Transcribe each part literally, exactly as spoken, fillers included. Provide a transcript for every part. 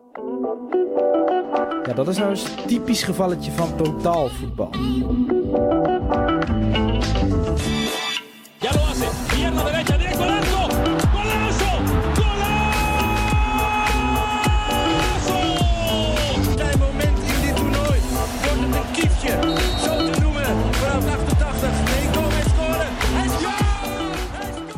Ja, dat is nou eens een typisch gevalletje van totaalvoetbal. Ya lo hace. Pierna derecha, directo al arco. ¡Golazo! ¡Golazo! Klein moment in dit toernooi. Wordt het een kiefje. Zo te noemen. Vanaf achtentachtig. Nee, kom en scoren. Hij scoort! Hij scoort!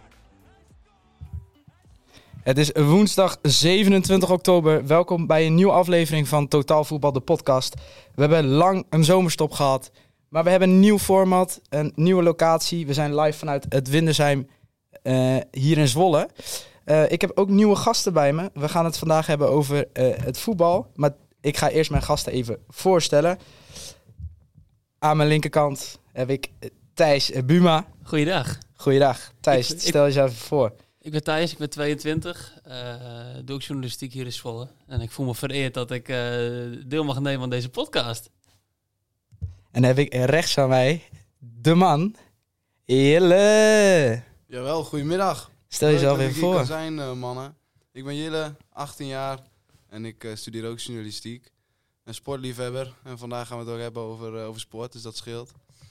Het is woensdag zevenentwintig oktober. Welkom bij een nieuwe aflevering van Totaal Voetbal, de podcast. We hebben lang een zomerstop gehad. Maar we hebben een nieuw format, een nieuwe locatie. We zijn live vanuit het Windersheim uh, hier in Zwolle. Uh, ik heb ook nieuwe gasten bij me. We gaan het vandaag hebben over uh, het voetbal. Maar ik ga eerst mijn gasten even voorstellen. Aan mijn linkerkant heb ik Thijs Buma. Goeiedag. Goeiedag. Thijs, Ik- stel jezelf even voor. Ik ben Thijs, ik ben tweeëntwintig. Uh, doe ook journalistiek hier in Zwolle. En ik voel me vereerd dat ik uh, deel mag nemen aan deze podcast. En dan heb ik rechts van mij de man, Jille. Jawel, goedemiddag. Stel Leuk jezelf dat even ik hier voor. kan zijn, uh, mannen. Ik ben Jille, achttien jaar en ik uh, studeer ook journalistiek. Een sportliefhebber en vandaag gaan we het ook hebben over, uh, over sport, dus dat scheelt.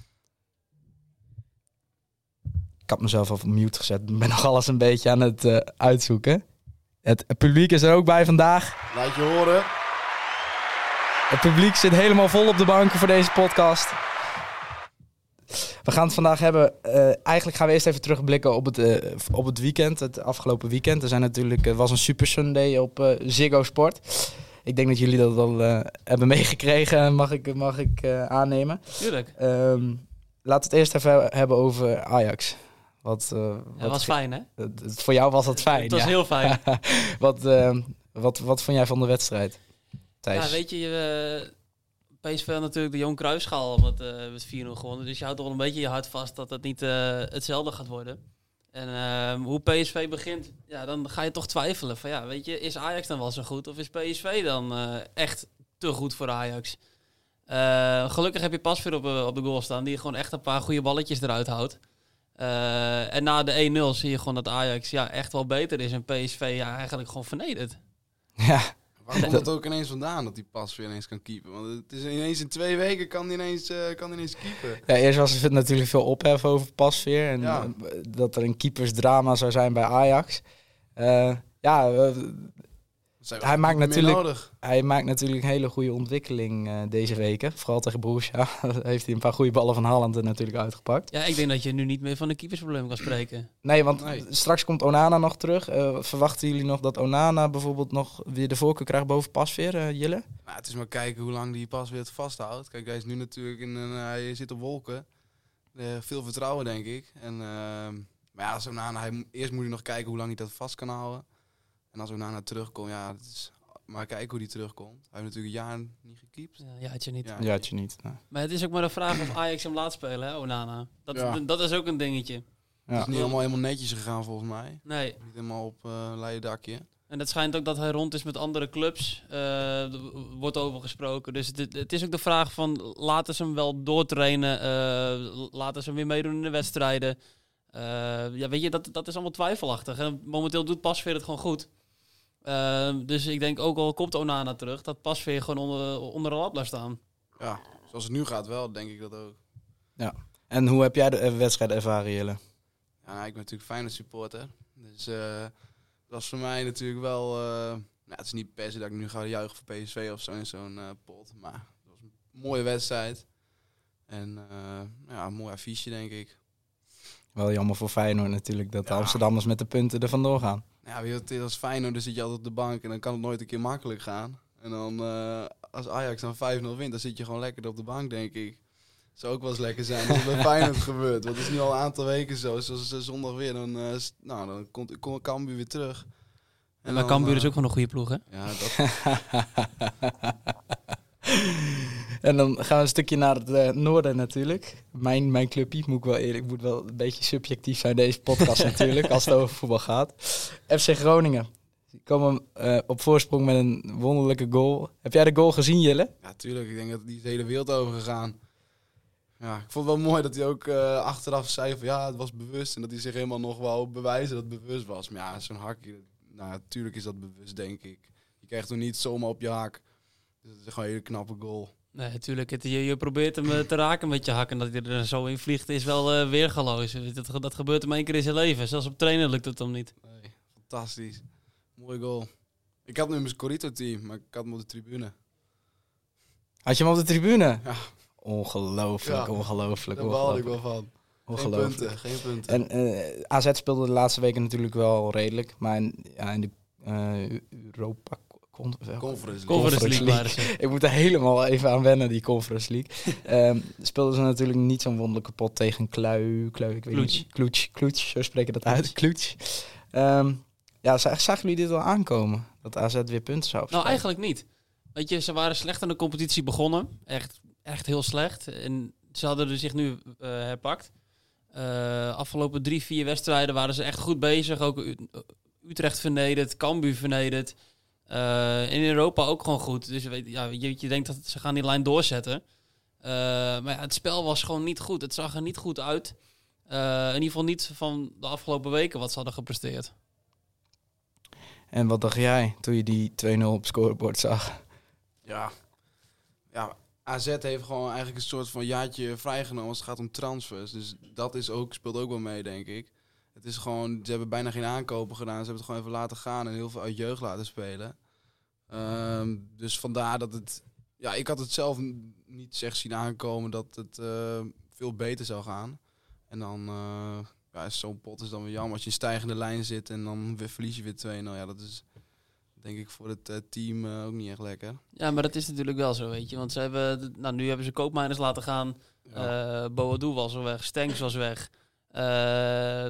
Ik had mezelf al op mute gezet. Ik ben nog alles een beetje aan het uh, uitzoeken. Het publiek is er ook bij vandaag. Laat je horen. Het publiek zit helemaal vol op de banken voor deze podcast. We gaan het vandaag hebben. Uh, eigenlijk gaan we eerst even terugblikken op het, uh, op het weekend. Het afgelopen weekend. Er zijn natuurlijk, uh, was een Super Sunday op uh, Ziggo Sport. Ik denk dat jullie dat al uh, hebben meegekregen, mag ik, mag ik uh, aannemen. Tuurlijk. Um, laten we het eerst even hebben over Ajax. Wat, uh, Dat wat was fijn, hè? Het, het, voor jou was dat fijn. Het was ja. heel fijn. wat, uh, wat, wat vond jij van de wedstrijd, Thijs? Ja, weet je, uh, P S V had natuurlijk de Johan Cruijffschaal met, uh, met vier nul gewonnen. Dus je houdt toch wel een beetje je hart vast dat het niet uh, hetzelfde gaat worden. En uh, hoe P S V begint, ja, dan ga je toch twijfelen. Van ja, weet je, is Ajax dan wel zo goed? Of is P S V dan uh, echt te goed voor Ajax? Uh, gelukkig heb je Pasveer op, uh, op de goal staan, die gewoon echt een paar goede balletjes eruit houdt. Uh, en na de één nul zie je gewoon dat Ajax ja, echt wel beter is en P S V ja, eigenlijk gewoon vernedert. Ja. Waar komt dat ook ineens vandaan, dat die pas weer ineens kan keepen? Want het is ineens in twee weken kan die ineens, uh, kan die ineens keepen. Ja, eerst was er natuurlijk veel ophef over Pasveer. En Ja. uh, dat er een keepersdrama zou zijn bij Ajax. Uh, ja, uh, hij, maakt natuurlijk, nodig. hij maakt natuurlijk een hele goede ontwikkeling uh, deze weken. Vooral tegen Borussia. Heeft hij een paar goede ballen van Haaland er natuurlijk uitgepakt. Ja, ik denk dat je nu niet meer van een keepersprobleem kan spreken. Nee, want Nee. straks komt Onana nog terug. Uh, verwachten jullie nog dat Onana bijvoorbeeld nog weer de voorkeur krijgt boven Pasveer, uh, Jille? Nou, het is maar kijken hoe lang die pas weer het vasthoudt. Kijk, hij is nu natuurlijk in een, uh, hij zit op wolken. Uh, veel vertrouwen, denk ik. En, uh, maar ja, als Onana, hij, mo- eerst moet hij nog kijken hoe lang hij dat vast kan houden. En als Onana terugkomt, ja, het is maar kijken hoe hij terugkomt. Hij heeft natuurlijk een jaar niet gekiept. Ja, ja, had je niet. Ja. Ja, het je niet. Nee. Maar het is ook maar de vraag of Ajax hem laat spelen, hè, Onana. Dat, Ja. dat is ook een dingetje. Het Ja. is niet allemaal helemaal netjes gegaan volgens mij. Nee. Niet helemaal op uh, leien dakje. En het schijnt ook dat hij rond is met andere clubs. Uh, er wordt over gesproken. Dus het, het is ook de vraag van, laten ze hem wel doortrainen. Uh, laten ze hem weer meedoen in de wedstrijden. Uh, ja, weet je, dat, dat is allemaal twijfelachtig. En momenteel doet Pasveer het gewoon goed. Uh, dus ik denk ook al komt Onana terug, dat Pasveer gewoon onder, onder de lat blijft staan. Ja, zoals het nu gaat wel, denk ik dat ook. Ja. En hoe heb jij de uh, wedstrijd ervaren, Jelle? Ja, nou, ik ben natuurlijk Feyenoord supporter. Dus uh, dat was voor mij natuurlijk wel... Uh, nou, het is niet per se dat ik nu ga juichen voor P S V of zo in zo'n uh, pot. Maar het was een mooie wedstrijd. En uh, ja, een mooi affiche, denk ik. Wel jammer voor Feyenoord natuurlijk dat de Ja. Amsterdammers met de punten er vandoor gaan. Nou ja, weet je, als Feyenoord dan zit je altijd op de bank en dan kan het nooit een keer makkelijk gaan. En dan uh, als Ajax dan vijf nul wint, dan zit je gewoon lekker op de bank, denk ik. Zou ook wel eens lekker zijn als het bij Feyenoord gebeurt. Want het is nu al een aantal weken zo. Zoals uh, zondag weer, dan, uh, st- nou, dan komt, komt Cambuur weer terug. En maar Cambuur is ook gewoon een goede ploeg, hè? Ja, dat... En dan gaan we een stukje naar het uh, noorden natuurlijk. Mijn, mijn clubje, moet ik wel eerlijk, moet wel een beetje subjectief zijn deze podcast natuurlijk, als het over voetbal gaat. F C Groningen. Die komen uh, op voorsprong met een wonderlijke goal. Heb jij de goal gezien, Jille? Ja, tuurlijk. Ik denk dat die is de hele wereld over gegaan. Ja, ik vond het wel mooi dat hij ook uh, achteraf zei van ja, het was bewust. En dat hij zich helemaal nog wou bewijzen dat het bewust was. Maar ja, zo'n hakje, nou natuurlijk is dat bewust, denk ik. Je krijgt hem niet zomaar op je haak. Dus dat is gewoon een hele knappe goal. Nee, natuurlijk. Het, je, je probeert hem eh, te raken met je hak en dat hij er zo in vliegt is wel eh, weergaloos. Dat, dat gebeurt hem één keer in zijn leven. Zelfs op trainen lukt het hem niet. Nee, fantastisch. Mooie goal. Ik had hem in mijn Scorito-team, maar ik had hem op de tribune. Had je hem op de tribune? Ja. Ongelooflijk, Ja. ongelooflijk, Daar baalde ik ongelooflijk. wel van. Geen Ongelooflijk. punten, geen punten. En eh, A Z speelde de laatste weken natuurlijk wel redelijk. Maar in, ja, in de eh, Europa... Con- welke- Conference League. Conference League League. waren ze. Ik moet er helemaal even aan wennen, die Conference League. Ehm speelden ze natuurlijk niet zo'n wonderlijke pot tegen Klui... Klui ik weet Kloets. niet. Kloets. Kloets, zo spreken dat uit. Kloets. Ehm ja, za- zagen jullie dit wel aankomen? Dat A Z weer punten zou Nou, verspreiden? eigenlijk niet. Weet je, ze waren slecht aan de competitie begonnen. Echt, echt heel slecht. En ze hadden er zich nu uh, herpakt. Uh, afgelopen drie, vier wedstrijden waren ze echt goed bezig. Ook U- Utrecht vernederd, Cambuur vernederd. Uh, in Europa ook gewoon goed. Dus weet, ja, je, je denkt dat ze gaan die lijn doorzetten. Uh, maar ja, het spel was gewoon niet goed. Het zag er niet goed uit. Uh, in ieder geval niet van de afgelopen weken wat ze hadden gepresteerd. En wat dacht jij toen je die twee nul op het scorebord zag? Ja. Ja, A Z heeft gewoon eigenlijk een soort van jaartje vrijgenomen als het gaat om transfers. Dus dat is ook, speelt ook wel mee, denk ik. Het is gewoon, ze hebben bijna geen aankopen gedaan. Ze hebben het gewoon even laten gaan en heel veel uit jeugd laten spelen. Um, dus vandaar dat het... Ja, ik had het zelf n- niet echt zien aankomen dat het uh, veel beter zou gaan. En dan... Uh, ja, zo'n pot is dan weer jammer als je in stijgende lijn zit en dan weer verlies je weer twee nul. Ja, dat is denk ik voor het uh, team uh, ook niet echt lekker. Ja, maar dat is natuurlijk wel zo, weet je. Want ze hebben, nou, nu hebben ze Koopmeiners laten gaan. Ja. Uh, Boadou was er weg. Stenks was weg. Uh,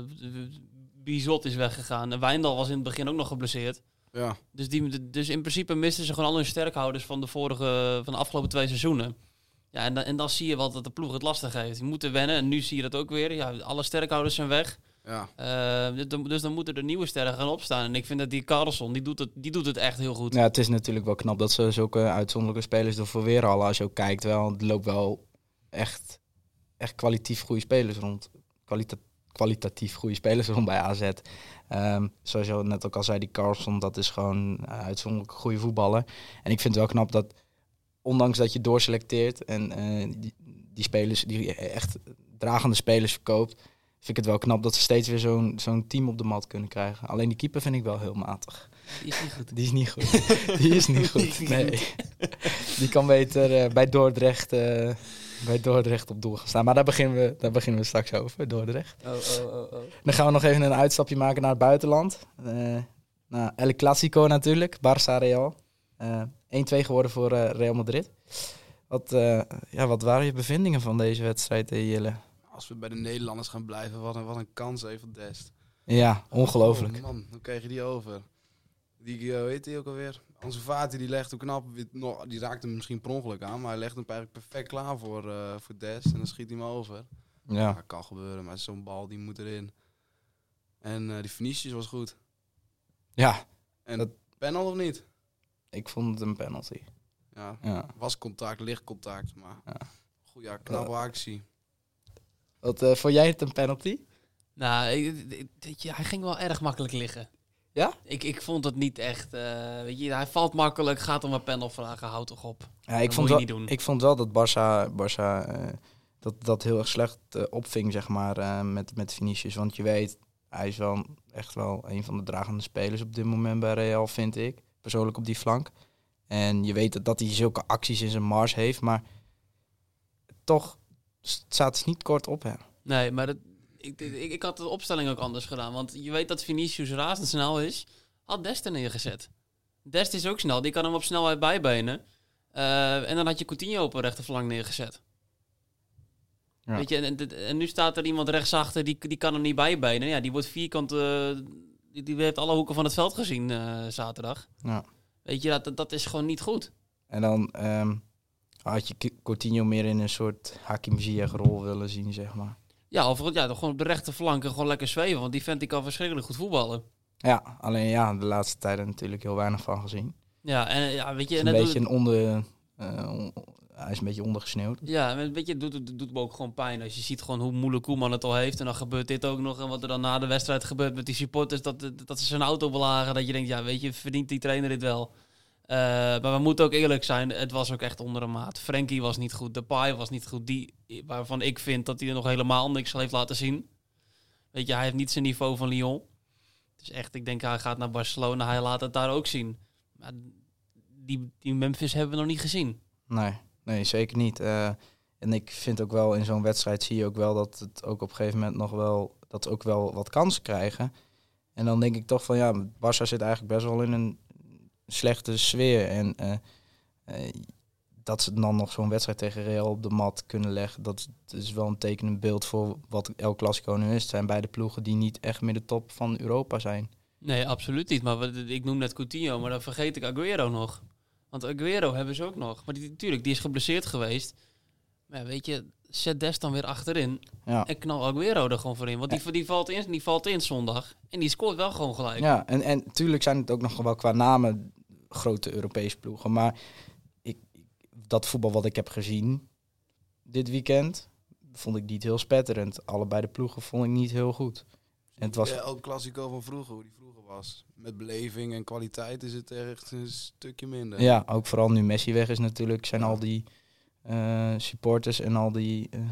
Bizot is weggegaan. En Wijndal was in het begin ook nog geblesseerd. Ja. Dus, die, dus in principe misten ze gewoon al hun sterkhouders van de vorige, van de afgelopen twee seizoenen. Ja, en, da, en dan zie je wel dat de ploeg het lastig heeft. Die moeten wennen. En nu zie je dat ook weer. Ja, alle sterkhouders zijn weg. Ja. Uh, dus, dus dan moeten er nieuwe sterren gaan opstaan. En ik vind dat die Carlson, die doet het, die doet het echt heel goed. Ja, het is natuurlijk wel knap dat ze zulke uitzonderlijke spelers ervoor weer halen. Als je ook kijkt, wel, het loopt wel echt, echt kwalitatief goede spelers rond. Qualita- kwalitatief goede spelers rond bij A Z. Um, zoals je net ook al zei, die Carlson, dat is gewoon uh, uitzonderlijk goede voetballer. En ik vind het wel knap dat, ondanks dat je doorselecteert en uh, die, die spelers, die echt dragende spelers verkoopt, vind ik het wel knap dat ze steeds weer zo'n, zo'n team op de mat kunnen krijgen. Alleen die keeper vind ik wel heel matig. Die is niet goed. Die is niet goed. Die is niet goed, nee. Die kan beter uh, bij Dordrecht... Uh, bij Dordrecht op doel gaan staan. Maar daar beginnen we, daar beginnen we straks over, Dordrecht. Oh, oh, oh, oh. Dan gaan we nog even een uitstapje maken naar het buitenland. Uh, nou, El Clasico natuurlijk, Barça Real. Uh, één twee geworden voor uh, Real Madrid. Wat, uh, ja, wat waren je bevindingen van deze wedstrijd, uh, Jille? Als we bij de Nederlanders gaan blijven, wat een, wat een kans heeft van Dest. Ja, ongelooflijk. Oh man, hoe kreeg je die over? Die, uh, hoe heet die ook alweer? Ansu Fati, die legt hem knap, no, die raakte hem misschien per ongeluk aan, maar hij legt hem eigenlijk perfect klaar voor, uh, voor Dest en dan schiet hij hem over. Ja. Ja, kan gebeuren, maar zo'n bal die moet erin. En uh, die Vinicius was goed. Ja. En dat... penal of niet? Ik vond het een penalty. Ja, ja. was contact, licht contact, maar ja. goed, ja, knappe uh, actie. Wat, uh, vond jij het een penalty? Nou, ik, ik, ik, ja, hij ging wel erg makkelijk liggen. Ja? Ik, ik vond het niet echt... Uh, weet je, hij valt makkelijk, gaat om een panel vragen, houd toch op. Ja, ik, vond wel, ik vond wel dat Barça, Barça uh, dat, dat heel erg slecht uh, opving, zeg maar, uh, met, met Vinicius. Want je weet, hij is wel echt wel een van de dragende spelers op dit moment bij Real, vind ik. Persoonlijk op die flank. En je weet dat, dat hij zulke acties in zijn mars heeft, maar toch staat het niet kort op hem. Nee, maar dat... Ik, ik, ik had de opstelling ook anders gedaan. Want je weet dat Vinicius razendsnel is. Had Dest er neergezet. Dest is ook snel. Die kan hem op snelheid bijbenen. Uh, en dan had je Coutinho op een rechterflank neergezet. Ja. Weet je, en, en, en nu staat er iemand rechtsachter. Die, die kan hem niet bijbenen. Ja, die wordt vierkant... Uh, die, die heeft alle hoeken van het veld gezien uh, zaterdag. Ja. Weet je, dat, dat is gewoon niet goed. En dan um, had je Coutinho meer in een soort Hakim Ziyech rol willen zien, zeg maar. Ja, of ja, gewoon op de rechterflank en gewoon lekker zweven. Want die vent die kan verschrikkelijk goed voetballen. Ja, alleen ja, de laatste tijden natuurlijk heel weinig van gezien. Ja, en ja, weet je... Een en beetje doet... een onder... Uh, on... Hij is een beetje ondergesneeuwd. Ja, weet je, het doet, het doet me ook gewoon pijn. Als je ziet gewoon hoe moeilijk Koeman het al heeft. En dan gebeurt dit ook nog. En wat er dan na de wedstrijd gebeurt met die supporters. Dat, dat ze zijn auto belagen. Dat je denkt, ja, weet je, verdient die trainer dit wel? Uh, maar we moeten ook eerlijk zijn, het was ook echt onder een maat. Frenkie was niet goed, Depay was niet goed. Die, waarvan ik vind dat hij er nog helemaal niks heeft laten zien. Weet je, hij heeft niet zijn niveau van Lyon. Dus echt, ik denk hij gaat naar Barcelona, hij laat het daar ook zien. Maar die, die Memphis hebben we nog niet gezien. Nee, nee zeker niet. Uh, en ik vind ook wel, in zo'n wedstrijd zie je ook wel dat het ook op een gegeven moment nog wel, dat ze ook wel wat kansen krijgen. En dan denk ik toch van ja, Barça zit eigenlijk best wel in een slechte sfeer. En uh, uh, dat ze dan nog zo'n wedstrijd tegen Real op de mat kunnen leggen, dat is wel een tekenend beeld voor wat El Clasico nu is. Het zijn beide ploegen die niet echt meer de top van Europa zijn. Nee, absoluut niet. Maar wat, ik noem net Coutinho, maar dan vergeet ik Agüero nog. Want Agüero hebben ze ook nog. Maar die, natuurlijk, die is geblesseerd geweest. Maar ja, weet je, zet Des dan weer achterin. Ja. En knal Agüero er gewoon voor in. Want die, die, valt in, die valt in zondag. En die scoort wel gewoon gelijk. Ja, en, en natuurlijk zijn het ook nog wel qua namen grote Europese ploegen. Maar ik, dat voetbal wat ik heb gezien dit weekend, vond ik niet heel spetterend. Allebei de ploegen vond ik niet heel goed. En het was... Ja, El Clasico van vroeger, hoe die vroeger was. Met beleving en kwaliteit is het echt een stukje minder. Ja, ook vooral nu Messi weg is natuurlijk, zijn al die uh, supporters en al die uh,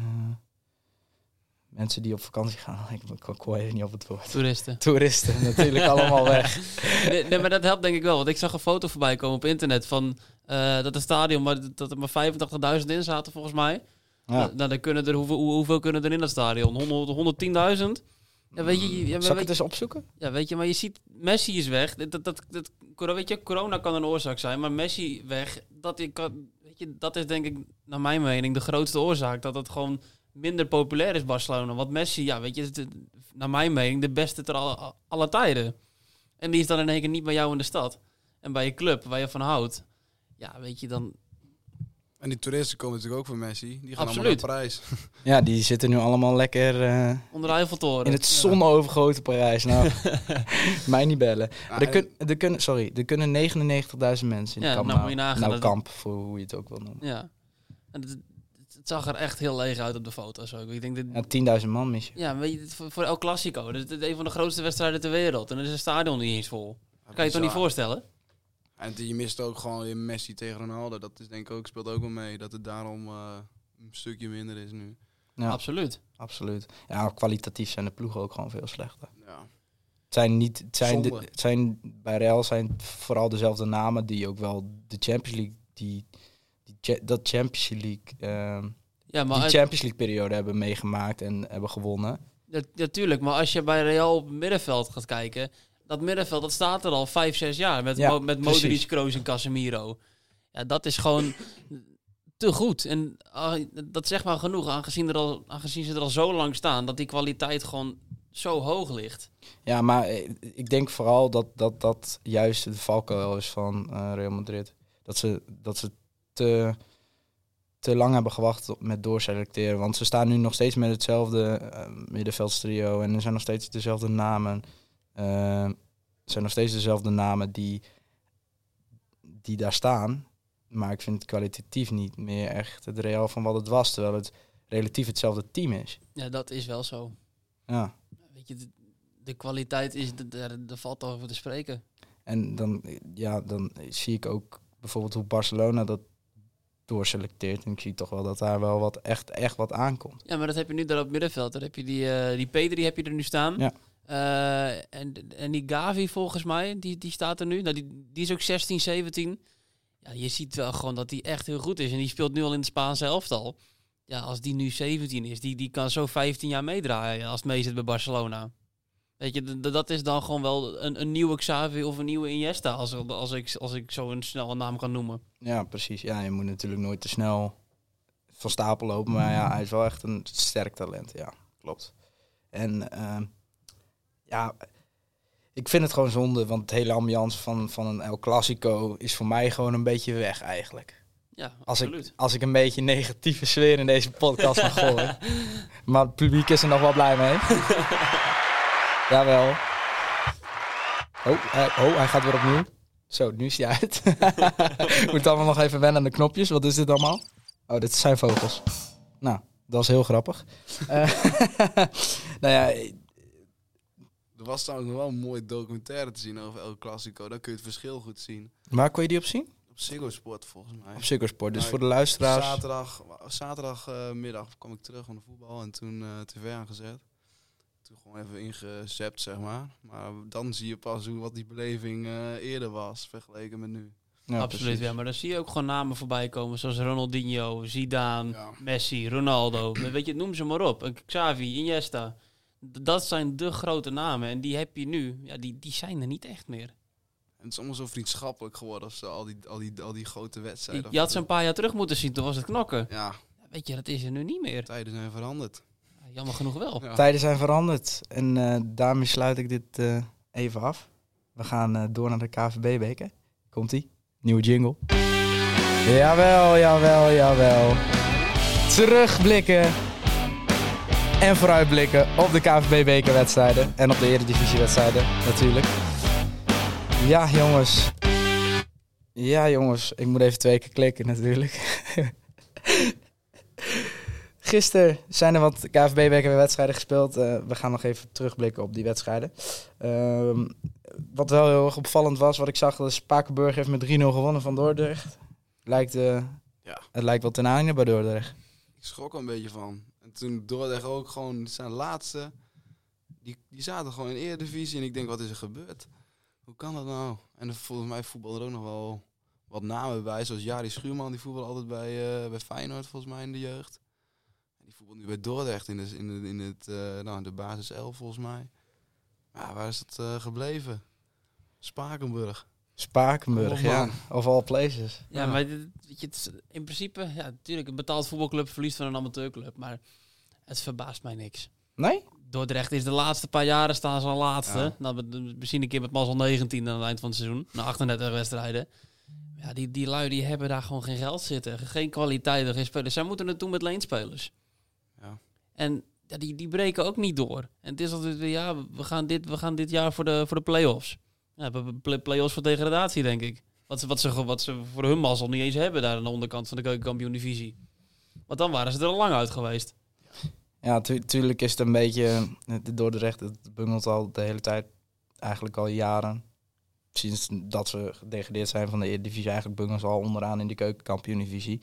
mensen die op vakantie gaan. Ik, ik, ik hoor even niet op het woord. Toeristen. Toeristen, natuurlijk allemaal weg. Nee, nee, maar dat helpt denk ik wel. Want ik zag een foto voorbij komen op internet van uh, dat het stadion, maar dat er maar vijfentachtigduizend in zaten volgens mij. Ja. Nou, dan kunnen er, hoeveel, hoe, hoeveel kunnen er in dat stadion? honderd, honderdtienduizend? Ja, weet je, ja, Zal ik weet, het eens opzoeken? Ja, weet je, maar je ziet, Messi is weg. Dat, dat, dat, dat, weet je, corona kan een oorzaak zijn, maar Messi weg, dat, je kan, weet je, dat is denk ik, naar mijn mening, de grootste oorzaak. Dat het gewoon minder populair is, Barcelona. Want Messi, ja, weet je, is de, naar mijn mening, de beste ter alle, alle tijden. En die is dan in één keer niet bij jou in de stad. En bij je club, waar je van houdt. Ja, weet je, dan... En die toeristen komen natuurlijk ook van Messi. Die gaan Absoluut. allemaal naar Parijs. Ja, die zitten nu allemaal lekker uh, onder de Eiffeltoren. in het zonovergoten Parijs. Nou, mij niet bellen. Ah, er, kun, er kunnen, sorry, er kunnen negenennegentigduizend mensen in Ja, het kamp. nou moet je nagaan nou, dat- kamp, voor hoe je het ook wil noemen. Ja. En het, het zag er echt heel leeg uit op de foto's ook. Ik denk dat... Ja, tienduizend man mis je. Ja, weet je, het- voor, voor El Clasico. Dat is het een van de grootste wedstrijden ter wereld. En dan is het stadion niet eens vol. Kan je het toch niet voorstellen? En je mist ook gewoon weer Messi tegen Ronaldo. Dat is denk ik ook, speelt ook wel mee. Dat het daarom uh, een stukje minder is nu. Ja, Absoluut. absoluut. Ja, kwalitatief zijn de ploegen ook gewoon veel slechter. Ja. Het zijn niet, het zijn, de, Zonde. het zijn bij Real zijn vooral dezelfde namen die ook wel de Champions League, die, die cha- dat Champions League, ehm, Ja, maar die uit- Champions League periode hebben meegemaakt en hebben gewonnen. Ja, natuurlijk, maar als je bij Real op het middenveld gaat kijken, dat middenveld dat staat er al vijf, zes jaar met, Ja, Mo- met precies. Modric, Kroos en Casemiro. Ja, dat is gewoon te goed. En uh, dat zegt maar genoeg, aangezien, er al, aangezien ze er al zo lang staan, dat die kwaliteit gewoon zo hoog ligt. Ja, maar eh, ik denk vooral dat dat, dat juist de valkuil is van uh, Real Madrid. Dat ze, dat ze te, te lang hebben gewacht op- met doorselecteren. Want ze staan nu nog steeds met hetzelfde uh, middenveldstrio en er zijn nog steeds dezelfde namen. Uh, er zijn nog steeds dezelfde namen die, die daar staan. Maar ik vind het kwalitatief niet meer echt het Real van wat het was. Terwijl het relatief hetzelfde team is. Ja, dat is wel zo. Ja. Weet je, de, de kwaliteit is, daar daar valt over te spreken. En dan, ja, dan zie ik ook bijvoorbeeld hoe Barcelona dat doorselecteert. En ik zie toch wel dat daar wel wat echt, echt wat aankomt. Ja, maar dat heb je nu daar op het middenveld. Daar heb je die, uh, die Pedri heb je er nu staan. Ja. Uh, en, en die Gavi volgens mij, die, die staat er nu. Nou, die, die is ook zestien, zeventien. Ja, je ziet wel gewoon dat die echt heel goed is. En die speelt nu al in het Spaanse elftal. Ja, als die nu zeventien is, die, die kan zo vijftien jaar meedraaien als het mee zit bij Barcelona. Weet je, d- dat is dan gewoon wel een, een nieuwe Xavi of een nieuwe Iniesta, als, als, ik, als ik zo een snelle naam kan noemen. Ja, precies. Ja, je moet natuurlijk nooit te snel van stapel lopen. Maar ja, hij is wel echt een sterk talent. Ja, klopt. En uh, ja, ik vind het gewoon zonde. Want de hele ambiance van, van een El Clasico is voor mij gewoon een beetje weg eigenlijk. Ja, Als absoluut. ik, als ik een beetje negatieve sfeer in deze podcast mag gooien. Maar het publiek is er nog wel blij mee. Jawel. Oh, hij, oh, hij gaat weer opnieuw. Zo, nu is hij uit. Moet allemaal nog even wennen aan de knopjes. Wat is dit allemaal? Oh, dit zijn vogels. Nou, dat is heel grappig. Uh, nou ja, Er was trouwens nog wel een mooie documentaire te zien over El Clasico. Daar kun je het verschil goed zien. Waar kon je die op zien? Op Ziggo Sport volgens mij. Op Ziggo Sport. Dus Ja, voor de luisteraars. Zaterdag, zaterdagmiddag kwam ik terug van de voetbal en toen uh, tv aangezet. Toen gewoon even ingezept, zeg maar. Maar dan zie je pas hoe wat die beleving uh, eerder was, vergeleken met nu. Ja, Absoluut, precies. ja. Maar dan zie je ook gewoon namen voorbij komen zoals Ronaldinho, Zidane, Ja. Messi, Ronaldo. Weet je, noem ze maar op. En Xavi, Iniesta. D- dat zijn de grote namen. En die heb je nu. Ja, die, die zijn er niet echt meer. En het is allemaal zo vriendschappelijk geworden of zo, al die, al die, al die grote wedstrijden. Je had ze een paar jaar terug moeten zien, toen was het knokken. Ja, Weet je, dat is er nu niet meer. tijden zijn veranderd. Jammer genoeg wel. Ja. Tijden zijn veranderd. En uh, daarmee sluit ik dit uh, even af. We gaan uh, door naar de K V B-beker. Komt-ie? Nieuwe jingle. Jawel, jawel, jawel. Terugblikken. En vooruitblikken op de K V B-bekerwedstrijden. En op de Eredivisiewedstrijden natuurlijk. Ja, jongens. Ja, jongens. Ik moet even twee keer klikken natuurlijk. Gisteren zijn er wat K V B-bekerwedstrijden gespeeld. Uh, we gaan nog even terugblikken op die wedstrijden. Uh, wat wel heel erg opvallend was, wat ik zag, dat Spakenburg heeft met drie nul gewonnen van Dordrecht. Lijkt, uh, Ja. Het lijkt wel ten einde bij Dordrecht. Ik schrok er een beetje van. En toen Dordrecht ook gewoon zijn laatste. Die, die zaten gewoon in de Eredivisie en ik denk, wat is er gebeurd? Hoe kan dat nou? En er, volgens mij voetballen er ook nog wel wat namen bij, zoals Jari Schuurman, die voetbalde altijd bij, uh, bij Feyenoord volgens mij in de jeugd. Die voetbalt nu bij Dordrecht in, de, in, de, in het, uh, nou, de basis elf volgens mij. Ja, waar is dat uh, gebleven? Spakenburg. Spakenburg, Oh, ja. man. Of all places. Ja, maar dit- weet je, het is in principe, ja, natuurlijk, een betaald voetbalclub verliest van een amateurclub. Maar het verbaast mij niks. Nee? Dordrecht is de laatste paar jaren staan ze al laatste. Ja. Nou, we- misschien een keer met mazzel negentien aan het eind van het seizoen. Na achtendertig wedstrijden. Ja, die, die lui die hebben daar gewoon geen geld zitten. Geen kwaliteiten, geen spelers. Zij moeten het doen met leenspelers. Ja. En ja, die, die breken ook niet door. En het is altijd, weer, ja, we gaan dit, we gaan dit jaar voor de, voor de play-offs. Ja, we hebben play- play-offs voor degradatie, denk ik. Wat ze, wat, ze, wat ze voor hun mazzel niet eens hebben daar aan de onderkant van de keukenkampioen-divisie. Want dan waren ze er al lang uit geweest. Ja, tu- tuurlijk is het een beetje... De Dordrecht, het bungelt al de hele tijd. Eigenlijk al jaren. Sinds dat ze gedegradeerd zijn van de Eredivisie. Eigenlijk bungelen ze al onderaan in de keukenkampioen-divisie.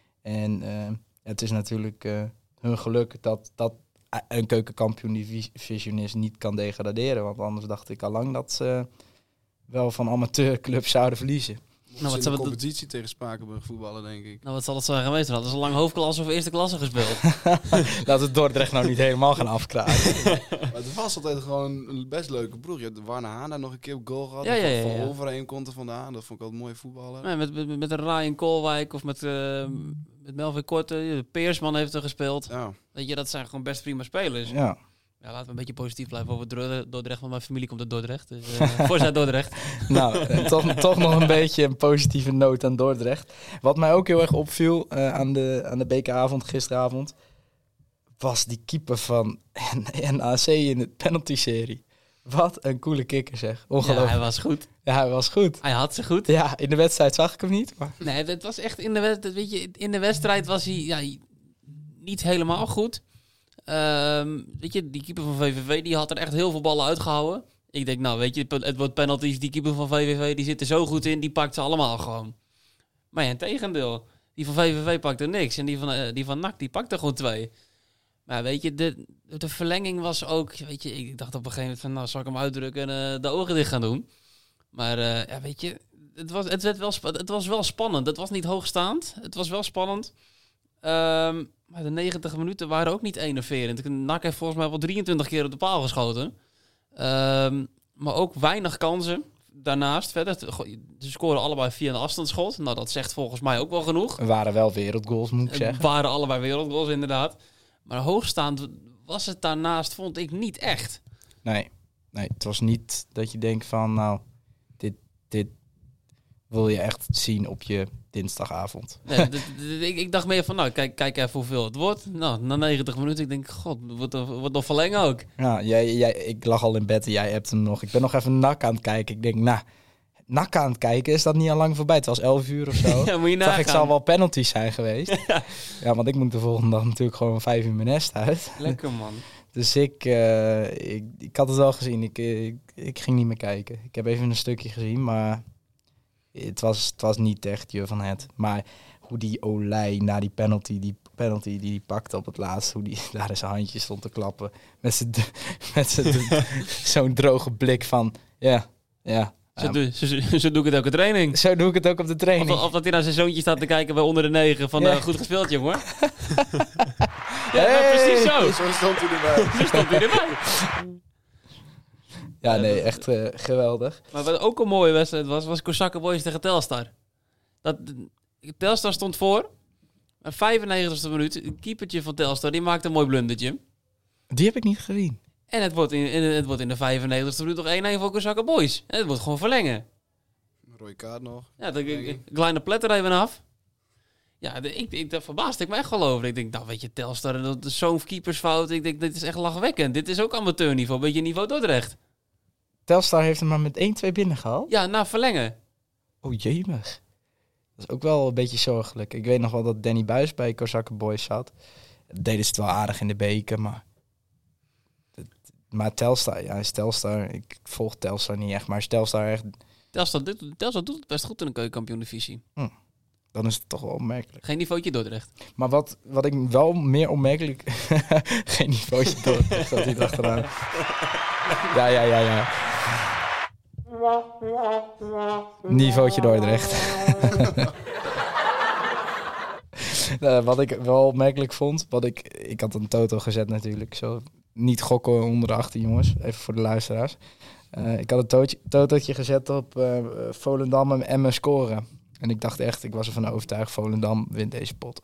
En uh, het is natuurlijk uh, hun geluk dat, dat een keukenkampioen-divisionist niet kan degraderen. Want anders dacht ik al lang dat ze wel van amateurclubs zouden verliezen. Nou, wat in zou de het- competitie tegen Spakenburg voetballen, denk ik. Nou, wat zal het zijn geweest? Hadden ze lang hoofdklasse of eerste klasse gespeeld? Laten we Dordrecht nou niet helemaal gaan afkraken. Maar het was altijd gewoon een best leuke ploeg. Je hebt Warner Haan daar nog een keer op goal gehad. Ja, ja, ja, Van ja. overheen komt er vandaan. Dat vond ik altijd mooi voetballen. Nee, met, met, met een Ryan Koolwijk of met, uh, met Melvin Korte. Peersman heeft er gespeeld. Ja. Weet je, dat zijn gewoon best prima spelers. Ja. Ja, laten we een beetje positief blijven over Dordrecht, Dordrecht want mijn familie komt uit Dordrecht. Dus uh, voorzij Dordrecht. Nou, eh, toch, toch nog een beetje een positieve noot aan Dordrecht. Wat mij ook heel erg opviel uh, aan de, aan de bekeravond gisteravond... was die keeper van N A C in de penalty-serie. Wat een coole kikker zeg. Ja, Ongelooflijk. hij Ja, was goed. hij was goed. Hij had ze goed. Ja, in de wedstrijd zag ik hem niet. Maar... Nee, het was echt in de wedstrijd. Weet je, in de wedstrijd was hij ja, niet helemaal goed. Um, weet je, die keeper van V V V die had er echt heel veel ballen uitgehouden. Ik denk, nou, weet je, het wordt penalties. Die keeper van V V V die zit er zo goed in, die pakt ze allemaal gewoon. Maar ja, in tegendeel. Die van V V V pakte niks. En die van, uh, die van N A C, die pakte gewoon twee. Maar weet je, de, de verlenging was ook... Weet je, ik dacht op een gegeven moment van... Nou, zal ik hem uitdrukken en uh, de ogen dicht gaan doen. Maar uh, ja, weet je... Het was, het, werd wel spa- het was wel spannend. Het was niet hoogstaand. Het was wel spannend. Um, maar de negentig minuten waren ook niet enerverend. N A C heeft volgens mij wel drieëntwintig keer op de paal geschoten. Um, maar ook weinig kansen. Daarnaast verder. Ze scoren allebei via een afstandsschot. Nou, dat zegt volgens mij ook wel genoeg. Er waren wel wereldgoals, moet ik Het zeggen. waren allebei wereldgoals, inderdaad. Maar hoogstaand was het daarnaast, vond ik, niet echt. Nee, nee, het was niet dat je denkt van... nou, dit, dit wil je echt zien op je dinsdagavond. Nee, d- d- ik, ik dacht meer van, nou, kijk, kijk even hoeveel het wordt. Nou, na negentig minuten, ik denk, god, wordt er wordt nog verlengen ook. Ja, jij, jij, ik lag al in bed en jij hebt hem nog. Ik ben nog even N A C aan het kijken. Ik denk, nou, N A C aan het kijken, is dat niet al lang voorbij? Het was elf uur of zo. Ja, moet je Ik dacht, nagaan. ik zal wel penalties zijn geweest. Ja. Ja, want ik moet de volgende dag natuurlijk gewoon om vijf uur mijn nest uit. Lekker, man. Dus ik, uh, ik, ik had het wel gezien. Ik, ik, ik ging niet meer kijken. Ik heb even een stukje gezien, maar het was, het was niet echt je van het. Maar hoe die Olij na die penalty, die penalty die hij pakte op het laatst, hoe die daar in zijn handje stond te klappen. Met zijn met zijn zo'n droge blik van, ja, ja. Zo, doe, zo, zo doe ik het ook op de training. Zo doe ik het ook op de training. Of, of dat hij naar zijn zoontje staat te kijken bij onder de negen van Ja. uh, goed gespeeld, jongen. Ja, Hey! maar precies zo. Zo stond hij erbij. Zo stond hij erbij. Ja, nee, echt uh, geweldig. Maar wat ook een mooie wedstrijd was, was Kozakken Boys tegen Telstar. Dat, Telstar stond voor. En vijfennegentigste minuut, een keepertje van Telstar, die maakte een mooi blundertje. Die heb ik niet gezien. En het wordt in, in, het wordt in de vijfennegentigste minuut nog één-één voor Kozakken Boys. En het wordt gewoon verlengen. Rode kaart nog. Ja, de, de kleine pletter even af. Ja, de, ik, ik, daar verbaasde ik me echt wel over. Ik denk, nou weet je, Telstar, dat is zo'n keepersfout. Ik denk, dit is echt lachwekkend. Dit is ook amateurniveau, beetje niveau Dordrecht. Telstar heeft hem maar met één twee binnengehaald. Ja, na verlengen. Oh, jemig. Dat is ook wel een beetje zorgelijk. Ik weet nog wel dat Danny Buis bij Kozakken Boys zat. Deden ze het wel aardig in de beker, maar... Maar Telstar, ja, is Telstar... Ik volg Telstar niet echt, maar is Telstar echt... Telstar, dit, Telstar doet het best goed in de keukenkampioen-divisie. Hm. Dan is het toch wel opmerkelijk. Geen niveautje Dordrecht. Maar wat, wat ik wel meer opmerkelijk... Geen niveautje Dordrecht, dat hij erachteraan. Ja, ja, ja, ja. Niveautje Dordrecht. uh, wat ik wel opmerkelijk vond, wat ik, ik had een toto gezet natuurlijk, zo niet gokken onder de achttien jongens, even voor de luisteraars. Uh, ik had een tootje, totootje gezet op uh, Volendam en Emmen scoren. En ik dacht echt, ik was ervan overtuigd, Volendam wint deze pot.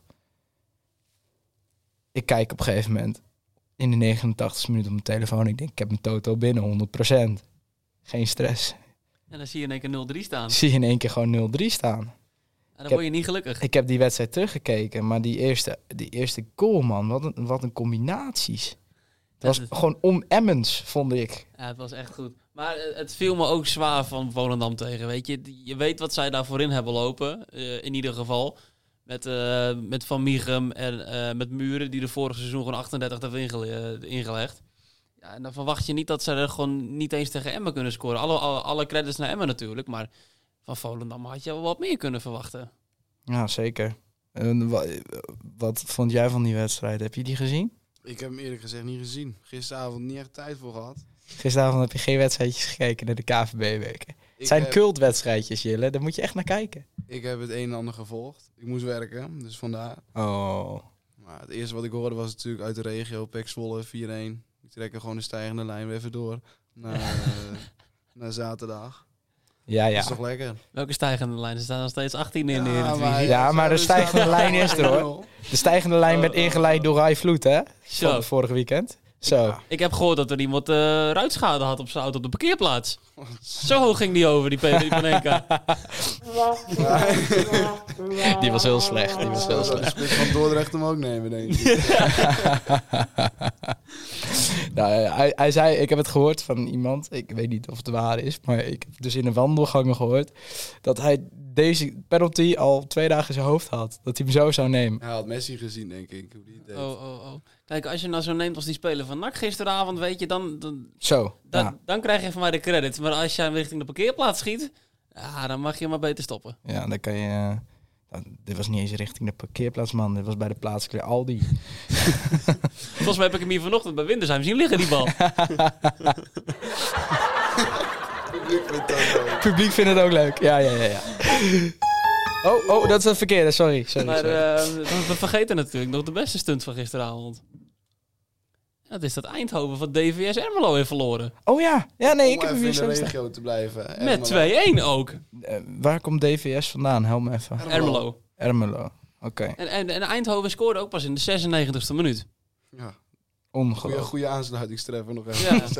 Ik kijk op een gegeven moment in de negenentachtigste minuut op mijn telefoon. Ik denk, ik heb mijn toto binnen, honderd procent. Geen stress. En dan zie je in één keer nul drie staan. Zie je in één keer gewoon nul drie staan. En dan heb- word je niet gelukkig. Ik heb die wedstrijd teruggekeken, maar die eerste, die eerste goal, man, wat een, wat een combinaties. Het was Ja, dat- gewoon om-Emmens, vond ik. Ja, het was echt goed. Maar eh, het viel me ook zwaar van Volendam tegen, weet je. Die- Je weet wat zij daar voorin hebben lopen, eh, in ieder geval. Met, eh, met Van Mieghem en eh, met Muren, die de vorige seizoen gewoon achtendertig hebben ingele- eh, ingelegd. Ja, en dan verwacht je niet dat ze er gewoon niet eens tegen Emmen kunnen scoren. Alle, alle, alle credits naar Emmen natuurlijk, maar van Volendam had je wel wat meer kunnen verwachten. Ja, zeker. En wa- wat vond jij van die wedstrijd? Heb je die gezien? Ik heb hem eerlijk gezegd niet gezien. Gisteravond niet echt tijd voor gehad. Gisteravond heb je geen wedstrijdjes gekeken naar de K V B-weken. Het Ik zijn heb, cultwedstrijdjes, Jille. Daar moet je echt naar kijken. ik heb het een en ander gevolgd. Ik moest werken, dus vandaar. Oh. Maar het eerste wat ik hoorde was natuurlijk uit de regio. P E C Zwolle vier-een. Ik trek er gewoon de stijgende lijn weer even door. Naar, uh, naar zaterdag. Ja, Dat ja. is toch lekker? Welke stijgende lijn? Ze staan nog steeds achttien in de Eredivisie. Ja, maar de stijgende lijn is er, hoor. De stijgende lijn werd ingeleid door Rai Vloed, hè? Zo. Van vorige weekend. Zo. Ik heb gehoord dat er iemand uh, ruitschade had op zijn auto op de parkeerplaats. Zo hoog ging die over, die P die Panenka. Die was heel slecht. Die was heel De slecht. spits van Dordrecht hem ook nemen, denk ik. Nou, hij, hij zei, ik heb het gehoord van iemand, ik weet niet of het waar is, maar ik heb dus in de wandelgangen gehoord dat hij deze penalty al twee dagen in zijn hoofd had. Dat hij hem zo zou nemen. Hij had Messi gezien, denk ik. Hoe die het deed. Oh, oh, oh. Kijk, als je nou zo neemt als die speler van N A C gisteravond, weet je, dan, dan, Zo. dan, Ja, dan krijg je van mij de credit. Maar als je hem richting de parkeerplaats schiet, ja, dan mag je maar beter stoppen. ja dan kan je... eh, nou, dit was niet eens richting de parkeerplaats, man. Dit was bij de plaatselijke Aldi. Volgens mij heb ik hem hier vanochtend bij Windersheim zien liggen, die bal. Ik vind dat wel. Het publiek vindt het ook leuk. Ja, ja, ja, ja. Oh, oh, dat is een verkeerde. Sorry. sorry, Maar sorry. uh, we vergeten natuurlijk nog de beste stunt van gisteravond. Dat is dat Eindhoven van D V S Ermelo heeft verloren. Oh ja. Ja, nee, ik Om heb hem even hier in zo de staan. regio te blijven. Met Ermelo. twee-een ook. Eh, waar komt D V S vandaan? Help me even. Ermelo. Ermelo. Oké. En, en, en Eindhoven scoorde ook pas in de zesennegentigste minuut. Ja. Goeie, Ongelooflijk. goeie aansluitingstreffer nog even. Ja.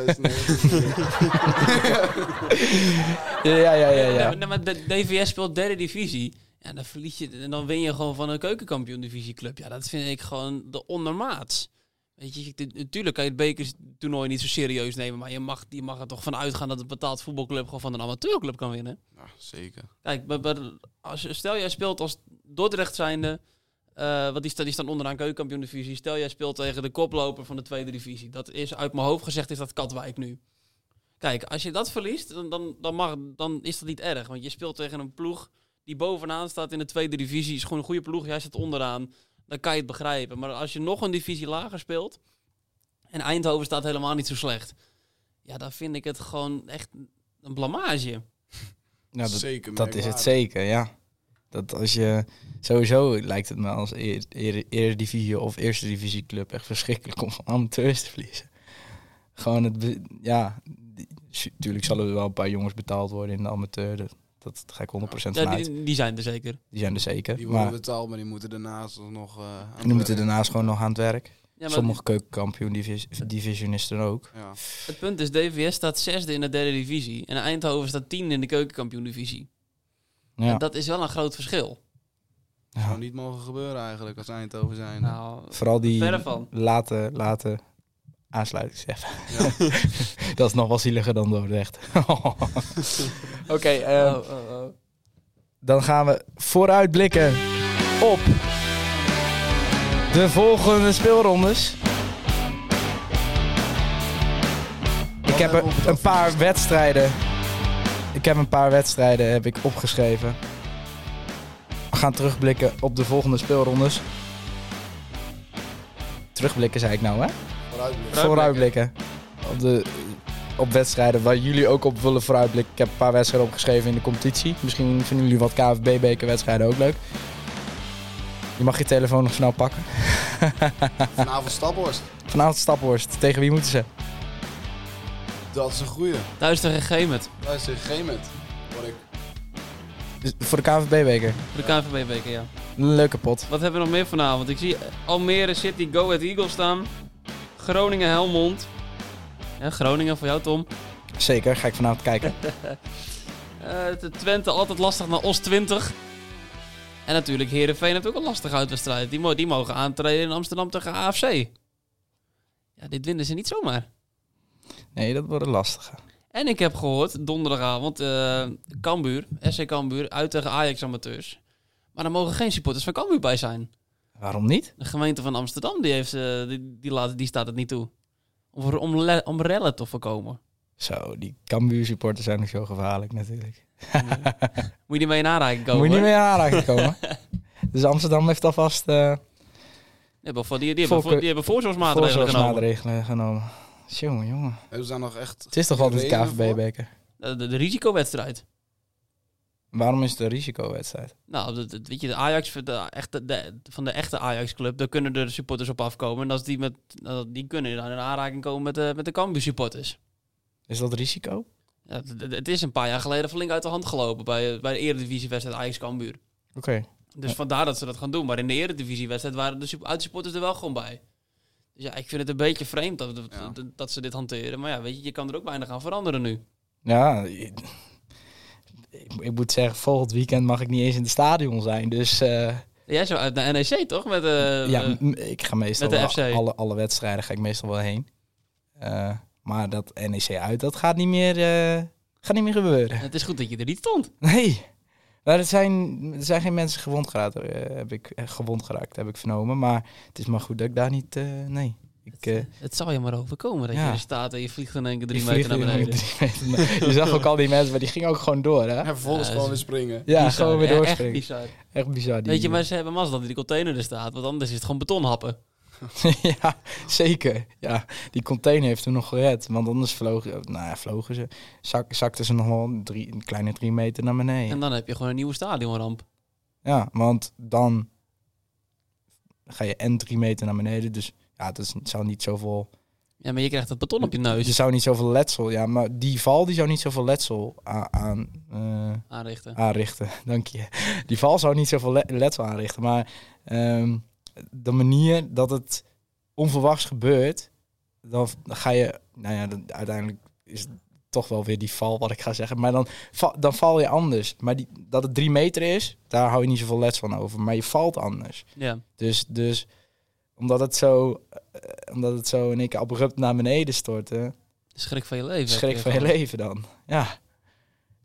Ja, ja, ja, ja. ja. Nee, maar de D V S speelt derde divisie. Ja, dan verlies je en dan win je gewoon van een keukenkampioen divisieclub. Ja, dat vind ik gewoon de ondermaats. Weet je, je- natuurlijk kan je het bekertoernooi niet zo serieus nemen, maar je mag, je mag er toch van uitgaan dat een betaald voetbalclub gewoon van een amateurclub kan winnen. Ja, zeker. Kijk, maar, maar als, je- stel jij speelt als Dordrecht zijnde Uh, want die, sta, die staan onderaan keukenkampioen-divisie. Stel, jij speelt tegen de koploper van de tweede divisie. Dat is uit mijn hoofd gezegd, is dat Katwijk nu. Kijk, als je dat verliest, dan, dan, dan, mag, dan is dat niet erg. Want je speelt tegen een ploeg die bovenaan staat in de tweede divisie. Is gewoon een goede ploeg, jij staat onderaan. Dan kan je het begrijpen. Maar als je nog een divisie lager speelt... en Eindhoven staat helemaal niet zo slecht... ja, dan vind ik het gewoon echt een blamage. Ja, dat, Zeker, dat is het merkwaardig. zeker, ja. Dat als je... Sowieso lijkt het me als eer, eer, Eredivisie of Eerste Divisie club echt verschrikkelijk om van amateurs te verliezen. Gewoon het... be- Ja, natuurlijk zullen er wel een paar jongens betaald worden in de amateur. Dat, dat ga ik honderd procent Ja, vanuit. die, die zijn er zeker. Die zijn er zeker. Die worden Maar betaald, maar die moeten daarnaast nog... Uh, en die moeten daarnaast gewoon nog aan het werk. Ja, maar Sommige keukenkampioen divis- divisionisten ook. Ja. het punt is, D V S staat zesde in de derde divisie. En Eindhoven staat tiende in de keukenkampioen-divisie. Ja. En dat is wel een groot verschil. Dat zou Ja. niet mogen gebeuren eigenlijk als Eindhoven zijn. Nou, Vooral die verre van. late, late aansluitingsapp. Ja. Dat is nog wel zieliger dan Dordrecht. Oké, eh, Oh, oh, oh. dan gaan we vooruitblikken op de volgende speelrondes. Ik heb hebben we op er het een paar advies? wedstrijden. Ik heb een paar wedstrijden heb ik opgeschreven. We gaan terugblikken op de volgende speelrondes. Terugblikken zei ik nou, hè? Vooruitblik. Vooruitblikken. Op, de, op wedstrijden waar jullie ook op willen vooruitblikken. Ik heb een paar wedstrijden opgeschreven in de competitie. Misschien vinden jullie wat K F B-bekerwedstrijden ook leuk. Je mag je telefoon nog snel pakken. Vanavond Staphorst. Vanavond Staphorst. Tegen wie moeten ze? Dat is een goeie. Thuis tegen Gemert. Luister, Gemet. Hoor ik. Dus voor de K F B-beker. Voor de K N V B-beker, ja. Een leuke pot. Wat hebben we nog meer vanavond? Ik zie Almere City, Go Ahead Eagles staan. Groningen Helmond. Ja, Groningen voor jou, Tom. Zeker, ga ik vanavond kijken. Uh, de Twente altijd lastig naar Os twintig. En natuurlijk Heerenveen heeft ook een lastige uitwedstrijd. Die, mo- die mogen aantreden in Amsterdam tegen A F C. Ja, dit winnen ze niet zomaar. Nee, dat wordt een lastige. En ik heb gehoord, donderdagavond, uh, Cambuur, S C Cambuur, uit tegen Ajax amateurs. Maar er mogen geen supporters van Cambuur bij zijn. Waarom niet? De gemeente van Amsterdam, die, heeft, uh, die, die, laat, die staat het niet toe. Om, om, le- om rellen te voorkomen. Zo, die Cambuur supporters zijn nog zo gevaarlijk natuurlijk. Moet je niet mee in aanraking komen? Moet je niet hoor. mee aanraking komen. Dus Amsterdam heeft alvast uh, Die hebben, voor- die, die, hebben, Volke- voor- die hebben voorzorgsmaatregelen genomen. voorzorgsmaatregelen genomen. Jongen, jongen. Hebben ze daar nog echt... Het is toch altijd de K redenen F voor? B-beker? De, de, de risicowedstrijd. Waarom is het een risicowedstrijd? Nou, dat, dat- weet je, de Ajax, de echte, de, van de echte Ajax-club, daar kunnen de supporters op afkomen. En als die, met, nou, die kunnen dan in aanraking komen met de, met de Cambuur-supporters. Is dat risico? Ja, het, het- het is een paar jaar geleden flink uit de hand gelopen bij, bij de Eredivisiewedstrijd Ajax-Cambuur. Oké. Dus Ja. vandaar dat ze dat gaan doen. Maar in de Eredivisiewedstrijd waren de sup- uitsupporters er wel gewoon bij. Dus ja, ik vind het een beetje vreemd dat, dat, Ja. dat, dat ze dit hanteren. Maar ja, weet je, je kan er ook weinig aan veranderen nu. Ja, ik, ik moet zeggen, volgend weekend mag ik niet eens in het stadion zijn. Dus eh, Jij zou uit naar N E C, toch? Met, eh, ja, eh, m- ik ga meestal met de wel, F C. alle, alle wedstrijden ga ik meestal wel heen. Eh, maar dat N E C uit, dat gaat niet meer, eh, gaat niet meer gebeuren. het is goed dat je er niet stond. Nee. Maar er zijn, er zijn geen mensen gewond geraakt, eh, heb ik, eh, gewond geraakt, heb ik vernomen. Maar het is maar goed dat ik daar niet... eh, nee. Ik, eh, Het zal je maar overkomen dat Ja. je er staat en je vliegt in één keer drie ik meter naar vlieg beneden. drie meter naar- Je zag ook al die mensen, maar die gingen ook gewoon door, hè? En vervolgens Ja, gewoon ze- weer springen. Ja, Bizar. gewoon weer Ja, doorspringen. Echt bizar. Echt bizar. Die, Weet je, maar ze hebben mazzel dat die container er staat. Want anders is het gewoon betonhappen. ja, zeker. Ja, die container heeft toen nog gered. Want anders vlogen, nou ja, vlogen ze. Zak, zakten ze nog wel drie, een kleine drie meter naar beneden. En dan heb je gewoon een nieuwe stadionramp. Ja, want dan ga je en drie meter naar beneden. Dus ja, dat is, het zou niet zoveel... Ja, maar je krijgt dat beton op je Er neus zou niet zoveel letsel... Ja, maar die val die zou niet zoveel letsel a- aan... eh, aanrichten. aanrichten. Dank je. Die val zou niet zoveel le- letsel aanrichten. Maar ehm, de manier dat het onverwachts gebeurt... Dan, dan ga je... Nou ja, dan, uiteindelijk is het toch wel weer die val wat ik ga zeggen. Maar dan, va- dan val je anders. Maar die, dat het drie meter is, daar hou je niet zoveel letsel van over. Maar je valt anders. Ja. Dus, dus omdat, het zo, eh, omdat het zo in één keer abrupt naar beneden stortte... Schrik van je leven. schrik heb van je gewoon. leven dan. Ja.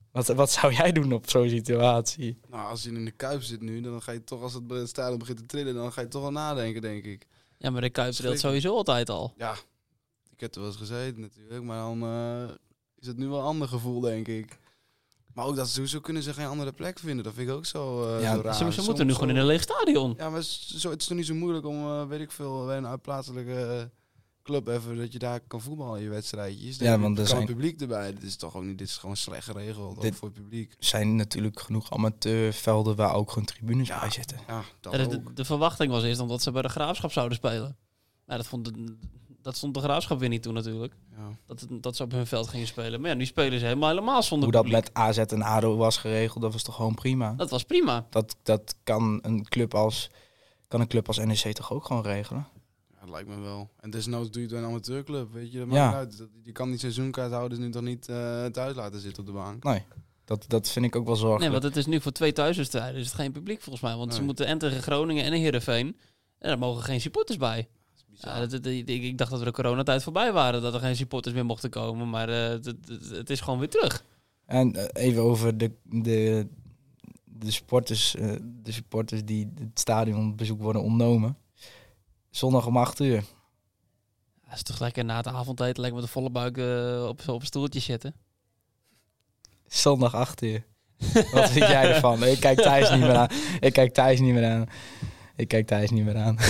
Wat, wat zou jij doen op zo'n situatie? Nou, als je in de Kuip zit nu, dan ga je toch, als het, het stadion begint te trillen, dan ga je toch wel nadenken, denk ik. Ja, maar de Kuip trilt sowieso altijd al. Ja, ik heb er wel eens gezeten natuurlijk, maar dan uh, is het nu wel een ander gevoel, denk ik. Maar ook dat ze, zo kunnen ze geen andere plek vinden, dat vind ik ook zo, uh, Ja, zo raar. Ze, ze Soms moeten nu zo- gewoon in een leeg stadion. Ja, maar het is, zo, het is toch niet zo moeilijk om, uh, weet ik veel, bij een uitplaatselijke uh, club even, dat je daar kan voetballen in je wedstrijdjes. Ja, Dan want er kan zijn- het publiek erbij. Dit is toch ook niet, dit is gewoon slecht geregeld, Dit- ook voor het publiek. Er zijn natuurlijk genoeg amateurvelden waar ook gewoon tribunes Ja. bij zitten. Ja, dat Ja, de, ook. de, de verwachting was eerst omdat ze bij de Graafschap zouden spelen. Nou, dat, vond de, dat stond de Graafschap weer niet toe natuurlijk. Ja. Dat, dat ze op hun veld gingen spelen. Maar ja, nu spelen ze helemaal, helemaal zonder Hoe dat publiek. met A Z en A D O was geregeld, dat was toch gewoon prima. Dat was prima. Dat, dat kan een club als kan een club als N E C toch ook gewoon regelen? Ja, dat lijkt me wel. En desnoods doe je het bij een amateurclub, weet je. Dat Ja. maakt niet uit. Dat- Je kan die seizoenkaarthouders nu toch niet uh, thuis laten zitten op de bank. Nee, dat, dat vind ik ook wel zorgelijk. Nee, want het is nu voor twee thuiswedstrijden. Dus het is geen publiek volgens mij. Want ze Nee. moeten en tegen Groningen en Heerenveen. En daar mogen geen supporters bij. Dat is bizar. Ja, dat, dat- ik, ik dacht dat we de coronatijd voorbij waren. Dat er geen supporters meer mochten komen. Maar eh, het, het, het is gewoon weer terug. En eh, even over de, de, de, supporters, eh, de supporters die het stadionbezoek worden ontnomen. Zondag om acht uur. Dat is toch lekker na het avondeten. Lekker met een volle buik eh, op, op een stoeltje zitten. Zondag acht uur. Wat vind jij ervan? Ik kijk Thijs niet meer aan. Ik kijk Thijs niet meer aan. Ik kijk Thijs niet meer aan.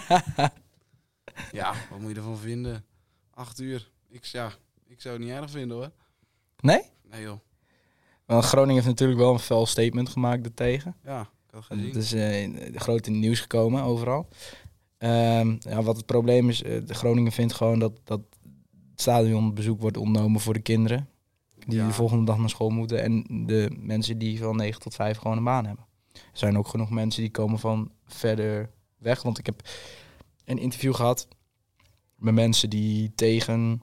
Ja, wat moet je ervan vinden? Acht uur. Ik, ja, ik zou het niet erg vinden hoor. Nee? Nee joh. Want Groningen heeft natuurlijk wel een fel statement gemaakt daartegen. Ja, ik had het gezien. Het is uh, groot in het nieuws gekomen, overal. Um, ja, wat het probleem is, uh, de Groningen vindt gewoon dat, dat het stadionbezoek wordt ontnomen voor de kinderen. Die Ja. de volgende dag naar school moeten. En de mensen die van negen tot vijf gewoon een baan hebben. Er zijn ook genoeg mensen die komen van verder weg. Want ik heb een interview gehad met mensen die tegen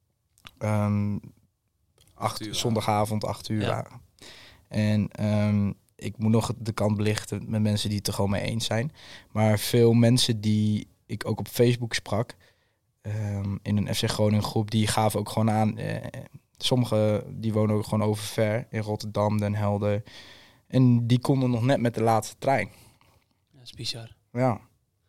um, acht, uur zondagavond acht uur Ja. waren. En um, ik moet nog de kant belichten met mensen die het er gewoon mee eens zijn. Maar veel mensen die ik ook op Facebook sprak, um, in een F C Groningen groep, die gaven ook gewoon aan. Eh, sommigen die wonen ook gewoon over ver in Rotterdam, Den Helder. En die konden nog net met de laatste trein. Dat is bizar. Ja.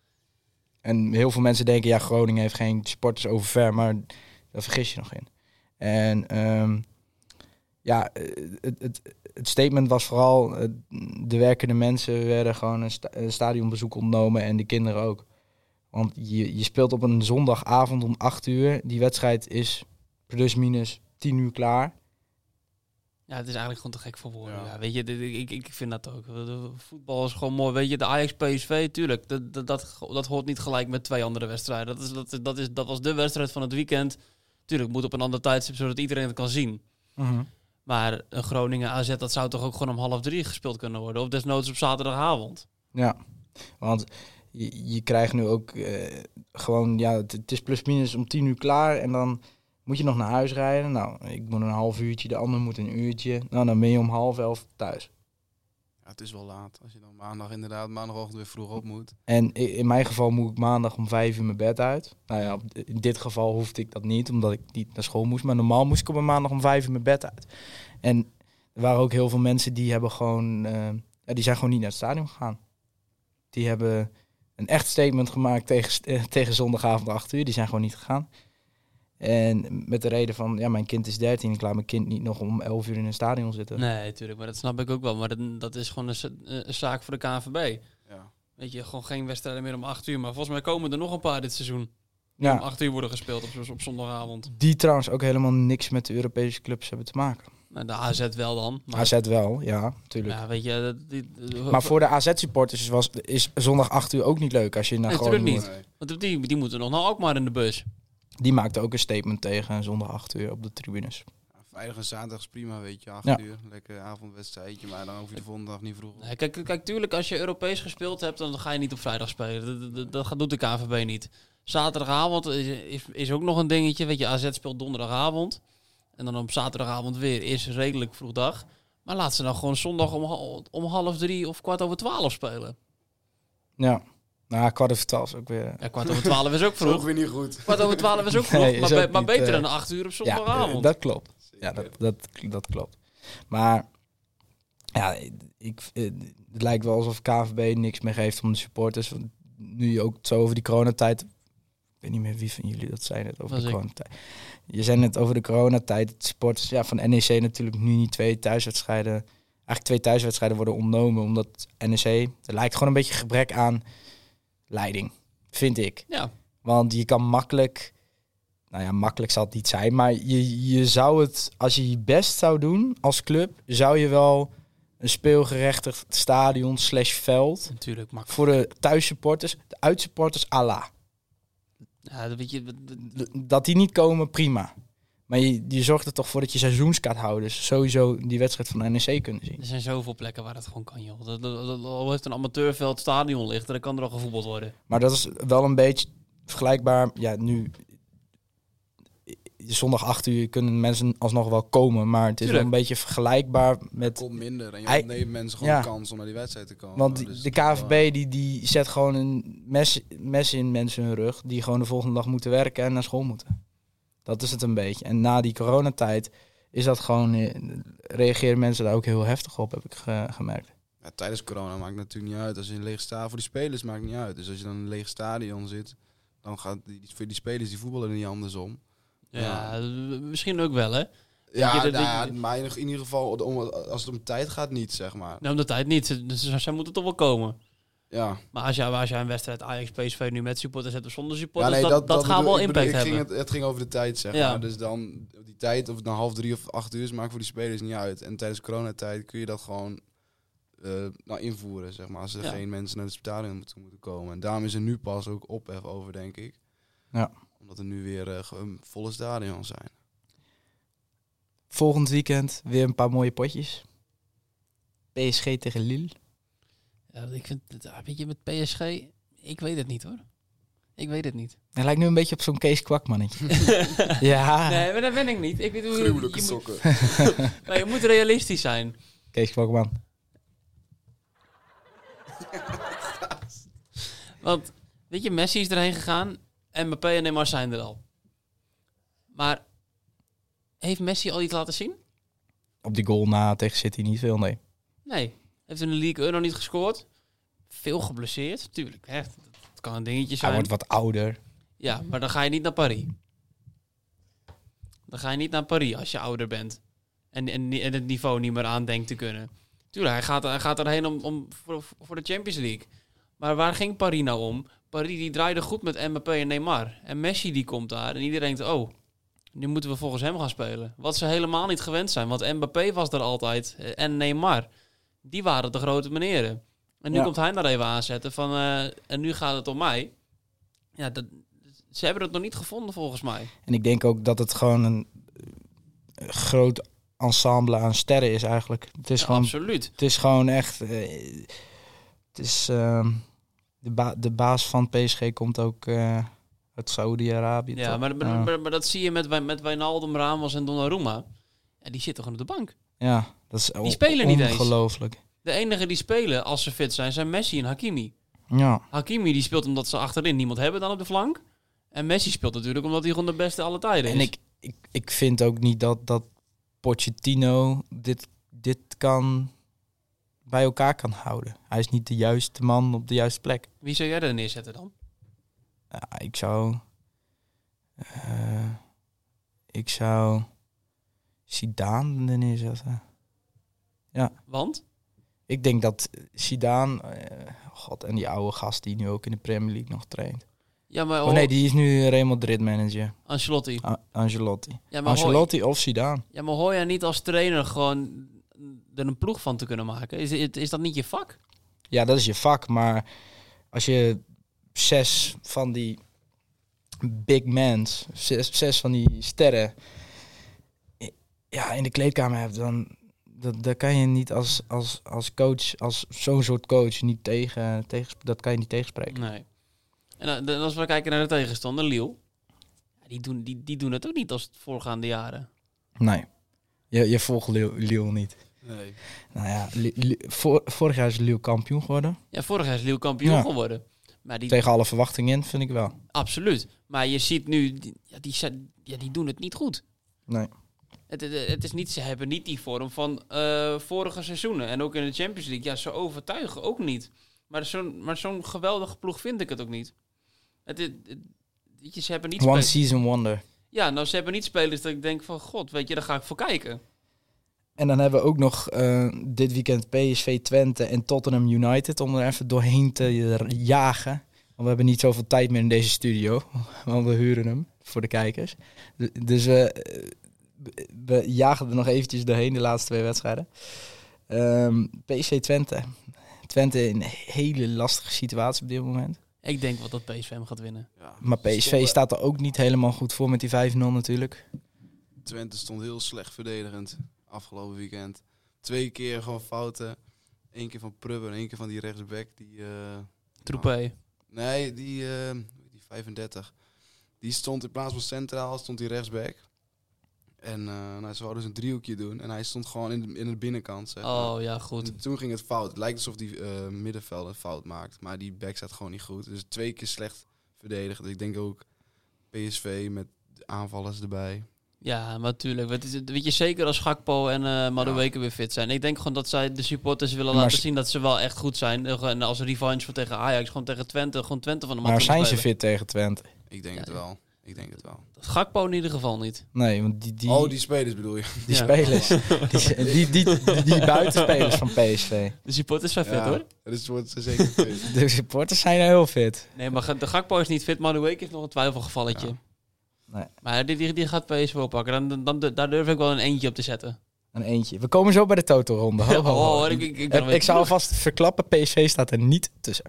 En heel veel mensen denken, ja, Groningen heeft geen supporters over ver, maar daar vergis je nog in. En um, ja, het, het, het statement was vooral, uh, de werkende mensen werden gewoon een, sta- een stadionbezoek ontnomen en de kinderen ook. Want je, je speelt op een zondagavond om acht uur. Die wedstrijd is plus minus tien uur klaar. Ja, het is eigenlijk gewoon te gek voor woorden. Ja. Ja. Weet je, dit- ik, ik vind dat ook. De voetbal is gewoon mooi. Weet je, de Ajax P S V, tuurlijk. Dat, dat, dat, dat hoort niet gelijk met twee andere wedstrijden. Dat, is, dat, is, dat, is, dat was de wedstrijd van het weekend. Tuurlijk, moet op een ander tijdstip, zodat iedereen het kan zien. Maar een Groningen A Z, dat zou toch ook gewoon om half drie gespeeld kunnen worden? Of desnoods op zaterdagavond? Ja, want je, je krijgt nu ook uh, gewoon, ja, het, het is plus minus om tien uur klaar en dan moet je nog naar huis rijden. Nou, ik moet een half uurtje, de ander moet een uurtje. Nou, dan ben je om half elf thuis. Ja, het is wel laat. Als je dan maandag inderdaad, maandagochtend weer vroeg op moet. En i- in mijn geval moet ik maandag om vijf uur mijn bed uit. Nou ja, op- in dit geval hoefde ik dat niet, omdat ik niet naar school moest. Maar normaal moest ik op een maandag om vijf uur mijn bed uit. En er waren ook heel veel mensen die hebben gewoon, uh, ja, die zijn gewoon niet naar het stadion gegaan. Die hebben een echt statement gemaakt tegen, uh, tegen zondagavond acht uur. Die zijn gewoon niet gegaan. En met de reden van, ja, mijn kind is dertien. Ik laat mijn kind niet nog om elf uur in een stadion zitten. Nee, natuurlijk. Maar dat snap ik ook wel. Maar dat, dat is gewoon een, za- een zaak voor de K N V B. Ja. Weet je, gewoon geen wedstrijden meer om acht uur. Maar volgens mij komen er nog een paar dit seizoen. Die Ja. om acht uur worden gespeeld op, op zondagavond. Die trouwens ook helemaal niks met de Europese clubs hebben te maken. Nou, de A Z wel dan. Maar, A Z wel, ja, natuurlijk. ja, weet je... dat- Die, die- Maar voor de A Z-supporters was, is zondag acht uur ook niet leuk als je naar Nee, Groningen tuurlijk moet. niet. Want die, die moeten nog naar Alkmaar in de bus. Die maakte ook een statement tegen zondag acht uur op de tribunes. Ja, vrijdag en zaterdag is prima, weet je. Acht Ja. uur, lekker avondwedstrijdje. Maar dan hoef je de volgende dag niet vroeg op. Nee, kijk, kijk, tuurlijk, als je Europees gespeeld hebt, dan ga je niet op vrijdag spelen. Dat, dat, dat, dat gaat- doet de K N V B niet. Zaterdagavond is, is, is ook nog een dingetje. Weet je, A Z speelt donderdagavond. En dan op zaterdagavond weer is redelijk vroeg dag. Maar laat ze dan gewoon zondag om, ha- om half drie of kwart over twaalf spelen. Ja, nou, kwart over twaalf is ook weer... Ja, kwart over twaalf is ook Vroeg vroeg. weer niet goed. Kwart over twaalf is ook vroeg, Nee, is maar, ook be- maar niet, beter eh, dan acht uur op Ja, zondagavond. eh, dat klopt. Ja, dat, dat, dat klopt. Maar ja, ik, het lijkt wel alsof K V B niks meer geeft om de supporters. Want nu je ook zo over die coronatijd... Ik weet niet meer wie van jullie dat zei net over Was de ik. coronatijd. Je zei net over de coronatijd. De supporters ja, van N E C natuurlijk nu niet twee thuiswedstrijden... Eigenlijk twee thuiswedstrijden worden ontnomen. Omdat N E C... Er lijkt gewoon een beetje gebrek aan leiding. Vind ik. Ja, Want je kan makkelijk... Nou ja, makkelijk zal het niet zijn. Maar je, je zou het... Als je je best zou doen als club... Zou je wel een speelgerechtigd stadion slash veld... natuurlijk. Makkelijk. Voor de thuissupporters, de uitsupporters, Allah. Ja, dat weet je... dat- dat- Dat die niet komen, prima. Maar je, je zorgt er toch voor dat je seizoenskaarthouders... sowieso die wedstrijd van N E C kunnen zien. Er zijn zoveel plekken waar het gewoon kan, joh. Dat, dat, dat, al heeft een amateurveld stadion ligt, dan kan er al gevoetbald worden. Maar dat is wel een beetje vergelijkbaar... Ja, nu... Zondag acht uur kunnen mensen alsnog wel komen. Maar het is Tuurlijk. wel een beetje vergelijkbaar met... Komt minder en je Ei- ontneemt mensen gewoon Ja. de kans om naar die wedstrijd te komen. Want die- Dus de dat is K V wel- B die, die zet gewoon een mes, mes in mensen hun rug... die gewoon de volgende dag moeten werken en naar school moeten. Dat is het een beetje. En na die coronatijd is dat gewoon... eh, reageren mensen daar ook heel heftig op, heb ik ge- gemerkt. Ja, tijdens corona maakt het natuurlijk niet uit. Als je een leeg stadion voor die spelers maakt niet uit. Dus als je dan in een leeg stadion zit, dan gaat die, voor die spelers die voetballen er niet andersom. Ja, Ja. misschien ook wel, hè. Ja, je, dat- nou ja, dat- maar in, in ieder geval, om, als het om tijd gaat niet, zeg maar. Nou, om de tijd niet. Ze- Dus zij moeten toch wel komen. Ja, Maar als jij, als jij een wedstrijd Ajax P S V nu met supporters hebt of zonder ja supporters, nee, dat, dat, dat, gaat bedoel- wel ik bedoel, impact ik ging hebben. het, het ging over de tijd, zeg Ja. maar. Dus dan, die tijd, of het nou half drie of acht uur is, maakt voor die spelers niet uit. En tijdens coronatijd kun je dat gewoon eh, nou, invoeren, zeg maar. Als er Ja. geen mensen naar het stadion moeten, moeten komen. En daarom is er nu pas ook ophef over, denk ik. Ja. Omdat er nu weer eh, gewoon volle stadions zijn. Volgend weekend weer een paar mooie potjes. P S G tegen Lille. Ja, ik vind het, ja, weet je, met P S G, ik weet het niet hoor. Ik weet het niet. Hij lijkt nu een beetje op zo'n Kees Kwak mannetje. ja, Nee, maar dat ben ik niet. Ik weet hoe Gruwelijke je, moet, sokken. maar je moet realistisch zijn. Kees Kwak man. Want, weet je, Messi is erheen gegaan en Mbappé en Neymar zijn er al. Maar heeft Messi al iets laten zien? Op die goal na tegen City niet veel, nee. Nee. Heeft in de League een nog niet gescoord. Veel geblesseerd, tuurlijk. Hè. Dat kan een dingetje Hij zijn. wordt wat ouder. Ja, maar dan ga je niet naar Paris. Dan ga je niet naar Paris als je ouder bent. En, en, en het niveau niet meer aan denkt te kunnen. Tuurlijk, hij gaat, hij gaat erheen om, om, voor, voor de Champions League. Maar waar ging Paris nou om? Paris die draaide goed met Mbappé en Neymar. En Messi die komt daar en iedereen denkt, oh, nu moeten we volgens hem gaan spelen. Wat ze helemaal niet gewend zijn. Want Mbappé was er altijd. eh, En Neymar. Die waren de grote meneren. En nu Ja. komt hij daar even aanzetten van, eh, en nu gaat het om mij. Ja, dat, ze hebben het nog niet gevonden volgens mij. En ik denk ook dat het gewoon een eh, groot ensemble aan sterren is eigenlijk. Het is, Ja, gewoon, absoluut. het is gewoon echt... eh, het is... ehm, de, ba- de baas van P S G komt ook eh, uit Saoedi-Arabië. Ja, toch? maar, maar, Ja. maar, maar dat zie je met, Wij- met Wijnaldum, Ramos en Donnarumma. Ja, die zitten gewoon op de bank. Ja, dat is Die spelen niet eens. ongelooflijk. De enige die spelen als ze fit zijn, zijn Messi en Hakimi. Ja, Hakimi die speelt omdat ze achterin niemand hebben dan op de flank. En Messi speelt natuurlijk omdat hij gewoon de beste alle tijden is. en ik, ik, ik vind ook niet dat, dat Pochettino dit, dit kan bij elkaar kan houden. Hij is niet de juiste man op de juiste plek. Wie zou jij er neerzetten dan? Ja, ik zou... eh, ik zou... Zidane er neerzetten. Want? Ik denk dat Zidane... eh, God, en die oude gast die nu ook in de Premier League nog traint. Ja, maar Oh nee, die is nu Real Madrid manager. Ancelotti. A- Ancelotti. Ja, maar hoor, Ancelotti of Zidane. ja, maar hoor jij niet als trainer gewoon er een ploeg van te kunnen maken? Is, is, is dat niet je vak? Ja, dat is je vak. Maar als je zes van die big mans, zes, zes van die sterren... ja, in de kleedkamer hebt, dan... Dat, dat kan je niet als, als, als coach, als zo'n soort coach, niet tegen, tegen... Dat kan je niet tegenspreken. Nee. En uh, de- als we kijken naar de tegenstander, Lille. Ja, die, doen, die, die doen het ook niet als de voorgaande jaren. Nee. Je, je volgt Lille, Lille niet. Nee. Nou ja, Li- Li- vor- vorig jaar is Lille kampioen geworden. Ja, vorig jaar is Lille kampioen Ja. geworden. Maar die, Tegen alle verwachtingen in, vind ik wel. absoluut. Maar je ziet nu, die, ja, die, zijn- ja, die doen het niet goed. Nee. Het, het, het is niet, ze hebben niet die vorm van uh, vorige seizoenen. En ook in de Champions League. Ja, ze overtuigen ook niet. Maar zo'n, maar zo'n geweldige ploeg vind ik het ook niet. Het, het, het, weet je, ze hebben niet One spelers. season wonder. Ja, nou, ze hebben niet spelers dat ik denk van... God, weet je, daar ga ik voor kijken. En dan hebben we ook nog uh, dit weekend P S V Twente en Tottenham United om er even doorheen te jagen. Want we hebben niet zoveel tijd meer in deze studio, want we huren hem voor de kijkers. Dus we, we jagen er nog eventjes doorheen, de laatste twee wedstrijden. Um, P S V Twente. Twente in een hele lastige situatie op dit moment. Ik denk wel dat P S V hem gaat winnen. Ja, Maar P S V staat er ook niet helemaal goed voor met die vijf nul natuurlijk. Twente stond heel slecht verdedigend afgelopen weekend. Twee keer gewoon fouten. Eén keer van Prubber en één keer van die rechtsback. Die, uh, Troepé. nou, nee, die, uh, die vijfendertig. Die stond in plaats van centraal, stond die rechtsback. En uh, nou, ze wouden dus een driehoekje doen. En hij stond gewoon in de, in de binnenkant. Zeg maar. Oh, ja, goed. En toen ging het fout. Het lijkt alsof die uh, middenvelder een fout maakt. Maar die back staat gewoon niet goed. Dus twee keer slecht verdedigd. Ik denk ook P S V met aanvallers erbij. Ja, maar natuurlijk. Weet, weet je, zeker als Gakpo en uh, Madueke ja. weer fit zijn. Ik denk gewoon dat zij de supporters willen maar laten s- zien dat ze wel echt goed zijn. En als revanche voor tegen Ajax, gewoon tegen Twente, gewoon Twente van de mat Maar zijn spelen. ze fit tegen Twente? Ik denk Ja, het ja. wel. Ik denk het wel. Gakpo in ieder geval niet. Nee, want die, die, Oh, die spelers bedoel je? die Ja. spelers, die, die, die, die, die buitenspelers van P S V. De supporters zijn fit, Ja, hoor. dus wordt ze zeker fit. De supporters zijn heel fit. Nee, maar de Gakpo is niet fit. Madueke is nog een twijfelgevalletje. Ja. Nee. Maar die, die, die gaat P S V oppakken. Dan, dan, dan, daar durf ik wel een eentje op te zetten. Een eentje. We komen zo bij de Toto-ronde. Ho, ho, ho. Oh, ik, ik, ik, ben ik, er ik zou weer alvast verklappen, P S V staat er niet tussen.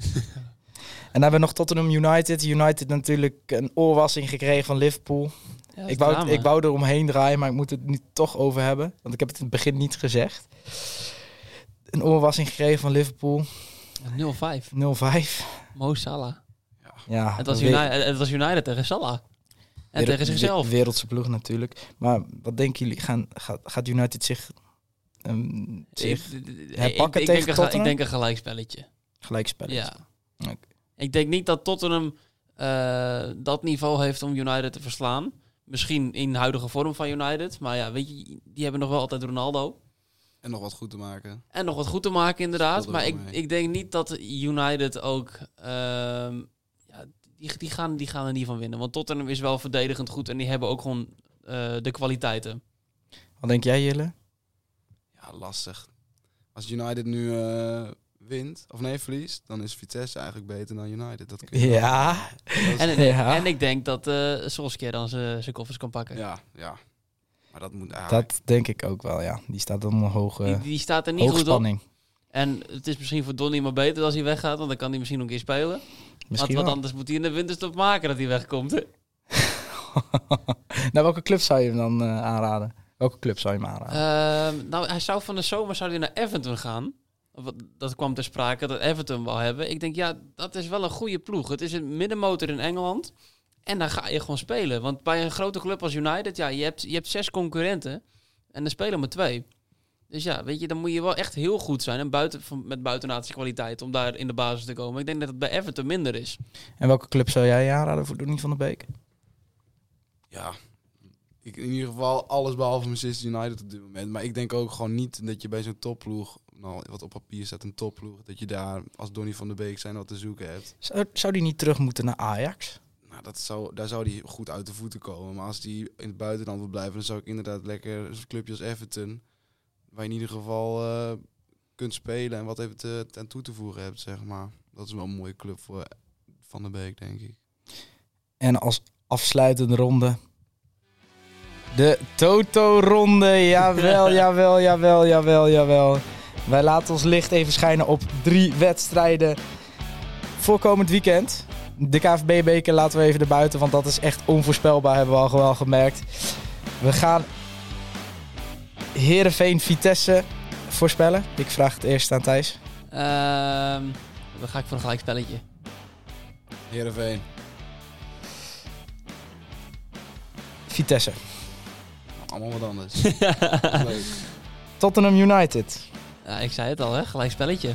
En dan hebben we nog Tottenham United. United natuurlijk een oorwassing gekregen van Liverpool. terug. Ja, dat Ik is wou, drama. ik wou er omheen draaien, maar ik moet het nu toch over hebben. Want ik heb het in het begin niet gezegd. Een oorwassing gekregen van Liverpool. nul vijf. nul vijf. Mo Salah. Ja, Het was, we- United, het was United tegen Salah. En wereld- tegen zichzelf. we- Wereldse ploeg natuurlijk. Maar wat denken jullie? Gaan, gaat, gaat United zich, um, zich Ik- ik- herpakken ik, tegen ik denk een, Tottenham? Ik denk een gelijkspelletje. gelijk spelen? Ja. Oké. Ik denk niet dat Tottenham uh, dat niveau heeft om United te verslaan. Misschien in de huidige vorm van United. Maar ja, weet je, die hebben nog wel altijd Ronaldo. En nog wat goed te maken. En nog wat goed te maken inderdaad. Speelt er Maar wel ik, mee. ik denk niet dat United ook... ehm, ja, die, die, gaan, die gaan er niet van winnen. Want Tottenham is wel verdedigend goed. En die hebben ook gewoon uh, de kwaliteiten. Wat denk jij, Jille? Ja, lastig. Als United nu uh, wint, of nee, verliest, dan is Vitesse eigenlijk beter dan United. Dat kun je wel- Ja. dat is- En, Ja. en ik denk dat uh, Solskjaer dan zijn koffers kan pakken. ja, ja. Maar dat moet eigenlijk... Dat denk ik ook wel, ja. Die staat onder hoge, Die, die staat er niet goed op. hoogspanning. En het is misschien voor Donny maar beter als hij weggaat. Want dan kan hij misschien nog een keer spelen. Misschien want, wel. want anders moet hij in de winterstop maken dat hij wegkomt. Hè? Naar welke club zou je hem dan uh, aanraden? Welke club zou je hem aanraden? Uh, nou, hij zou van de zomer zou hij naar Everton gaan. Wat- Dat kwam ter sprake dat Everton wou hebben. Ik denk, ja, dat is wel een goede ploeg. Het is een middenmotor in Engeland. En dan ga je gewoon spelen. Want bij een grote club als United, ja, je hebt, je hebt zes concurrenten. En er spelen maar twee. Dus ja, weet je, dan moet je wel echt heel goed zijn. En buiten, van- met buitenaardse kwaliteit om daar in de basis te komen. Ik denk dat het bij Everton minder is. En welke club zou jij aanraden voor Donny van der Beek? Ja, ik, in ieder geval alles behalve Manchester United op dit moment. Maar ik denk ook gewoon niet dat je bij zo'n topploeg, nou, wat op papier staat een topploeg, dat je daar als Donny van der Beek zijn wat te zoeken hebt. Zou, zou die niet terug moeten naar Ajax? Nou, dat zou, daar zou hij goed uit de voeten komen. Maar als hij in het buitenland wil blijven, dan zou ik inderdaad lekker zo'n clubje als Everton, waar je in ieder geval uh, kunt spelen en wat even te, aan toe te voegen hebt, zeg maar. Dat is wel een mooie club voor Van der Beek, denk ik. En als afsluitende ronde... De Toto-ronde. Jawel, jawel, jawel, jawel, jawel. Wij laten ons licht even schijnen op drie wedstrijden voor komend weekend. De K V B-beker laten we even erbuiten, want dat is echt onvoorspelbaar, hebben we al wel gemerkt. We gaan Heerenveen-Vitesse voorspellen. Ik vraag het eerst aan Thijs. Ehm, dan ga ik voor een gelijkspelletje. Heerenveen. Vitesse. Allemaal wat anders. Leuk. Tottenham United. Ja, ik zei het al, hè? Gelijkspelletje.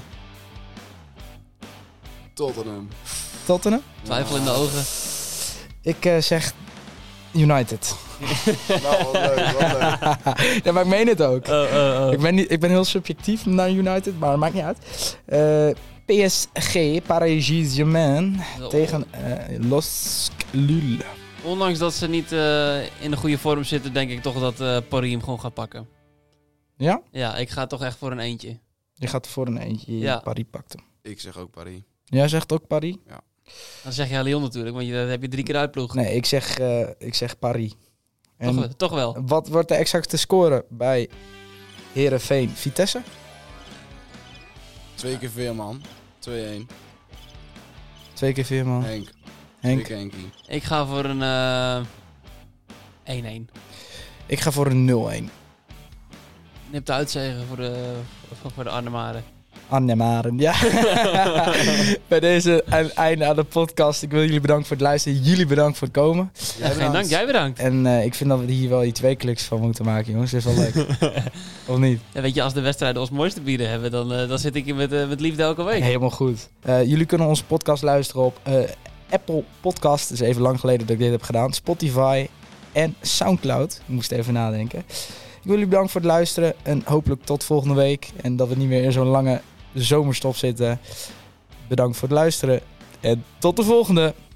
Tottenham. Tottenham. Twijfel in de ogen. Ik uh, zeg United. Nou, wat leuk, wat leuk. Ja, maar ik meen het ook. Oh, oh, oh. Ik, ben niet, ik ben heel subjectief naar United, maar maakt niet uit. Eh, P S G, Paris Saint-Germain, tegen uh, Los Lul. Ondanks dat ze niet uh, in de goede vorm zitten, denk ik toch dat uh, Paris hem gewoon gaat pakken. Ja? Ja, ik ga toch echt voor een eentje. Je gaat voor een eentje, Ja. Paris pakt hem. Ik zeg ook Paris. Jij zegt ook Paris? Dan zeg je Lyon natuurlijk, want je, dat heb je drie keer uitploeg. Nee, ik zeg, uh, ik zeg Paris. En Toch, toch wel. wat wordt de exacte score bij Heerenveen Vitesse? Twee keer Veerman. twee-een. Twee keer vier man. Henk. Henk. Dikke Henkie. Ik ga voor een uh, één-één. Ik ga voor een nul-een. Nip de uitzegen voor de, voor de Arnhemaren. Arnhemaren, ja. Bij deze een einde aan de podcast. Ik wil jullie bedanken voor het luisteren. Jullie bedankt voor het komen. Ja, geen dank, jij bedankt. En uh, ik vind dat we hier wel iets wekelijks van moeten maken, jongens. Dat is wel leuk. Of niet? Ja, weet je, als de wedstrijden ons mooiste bieden hebben, dan, uh, dan zit ik hier met, uh, met liefde elke week. Helemaal goed. Uh, jullie kunnen onze podcast luisteren op uh, Apple Podcast. Het is even lang geleden dat ik dit heb gedaan. Spotify en Soundcloud. Ik moest even nadenken. Ik wil jullie bedanken voor het luisteren. En hopelijk tot volgende week. En dat we niet meer in zo'n lange zomerstop zitten. Bedankt voor het luisteren. En tot de volgende.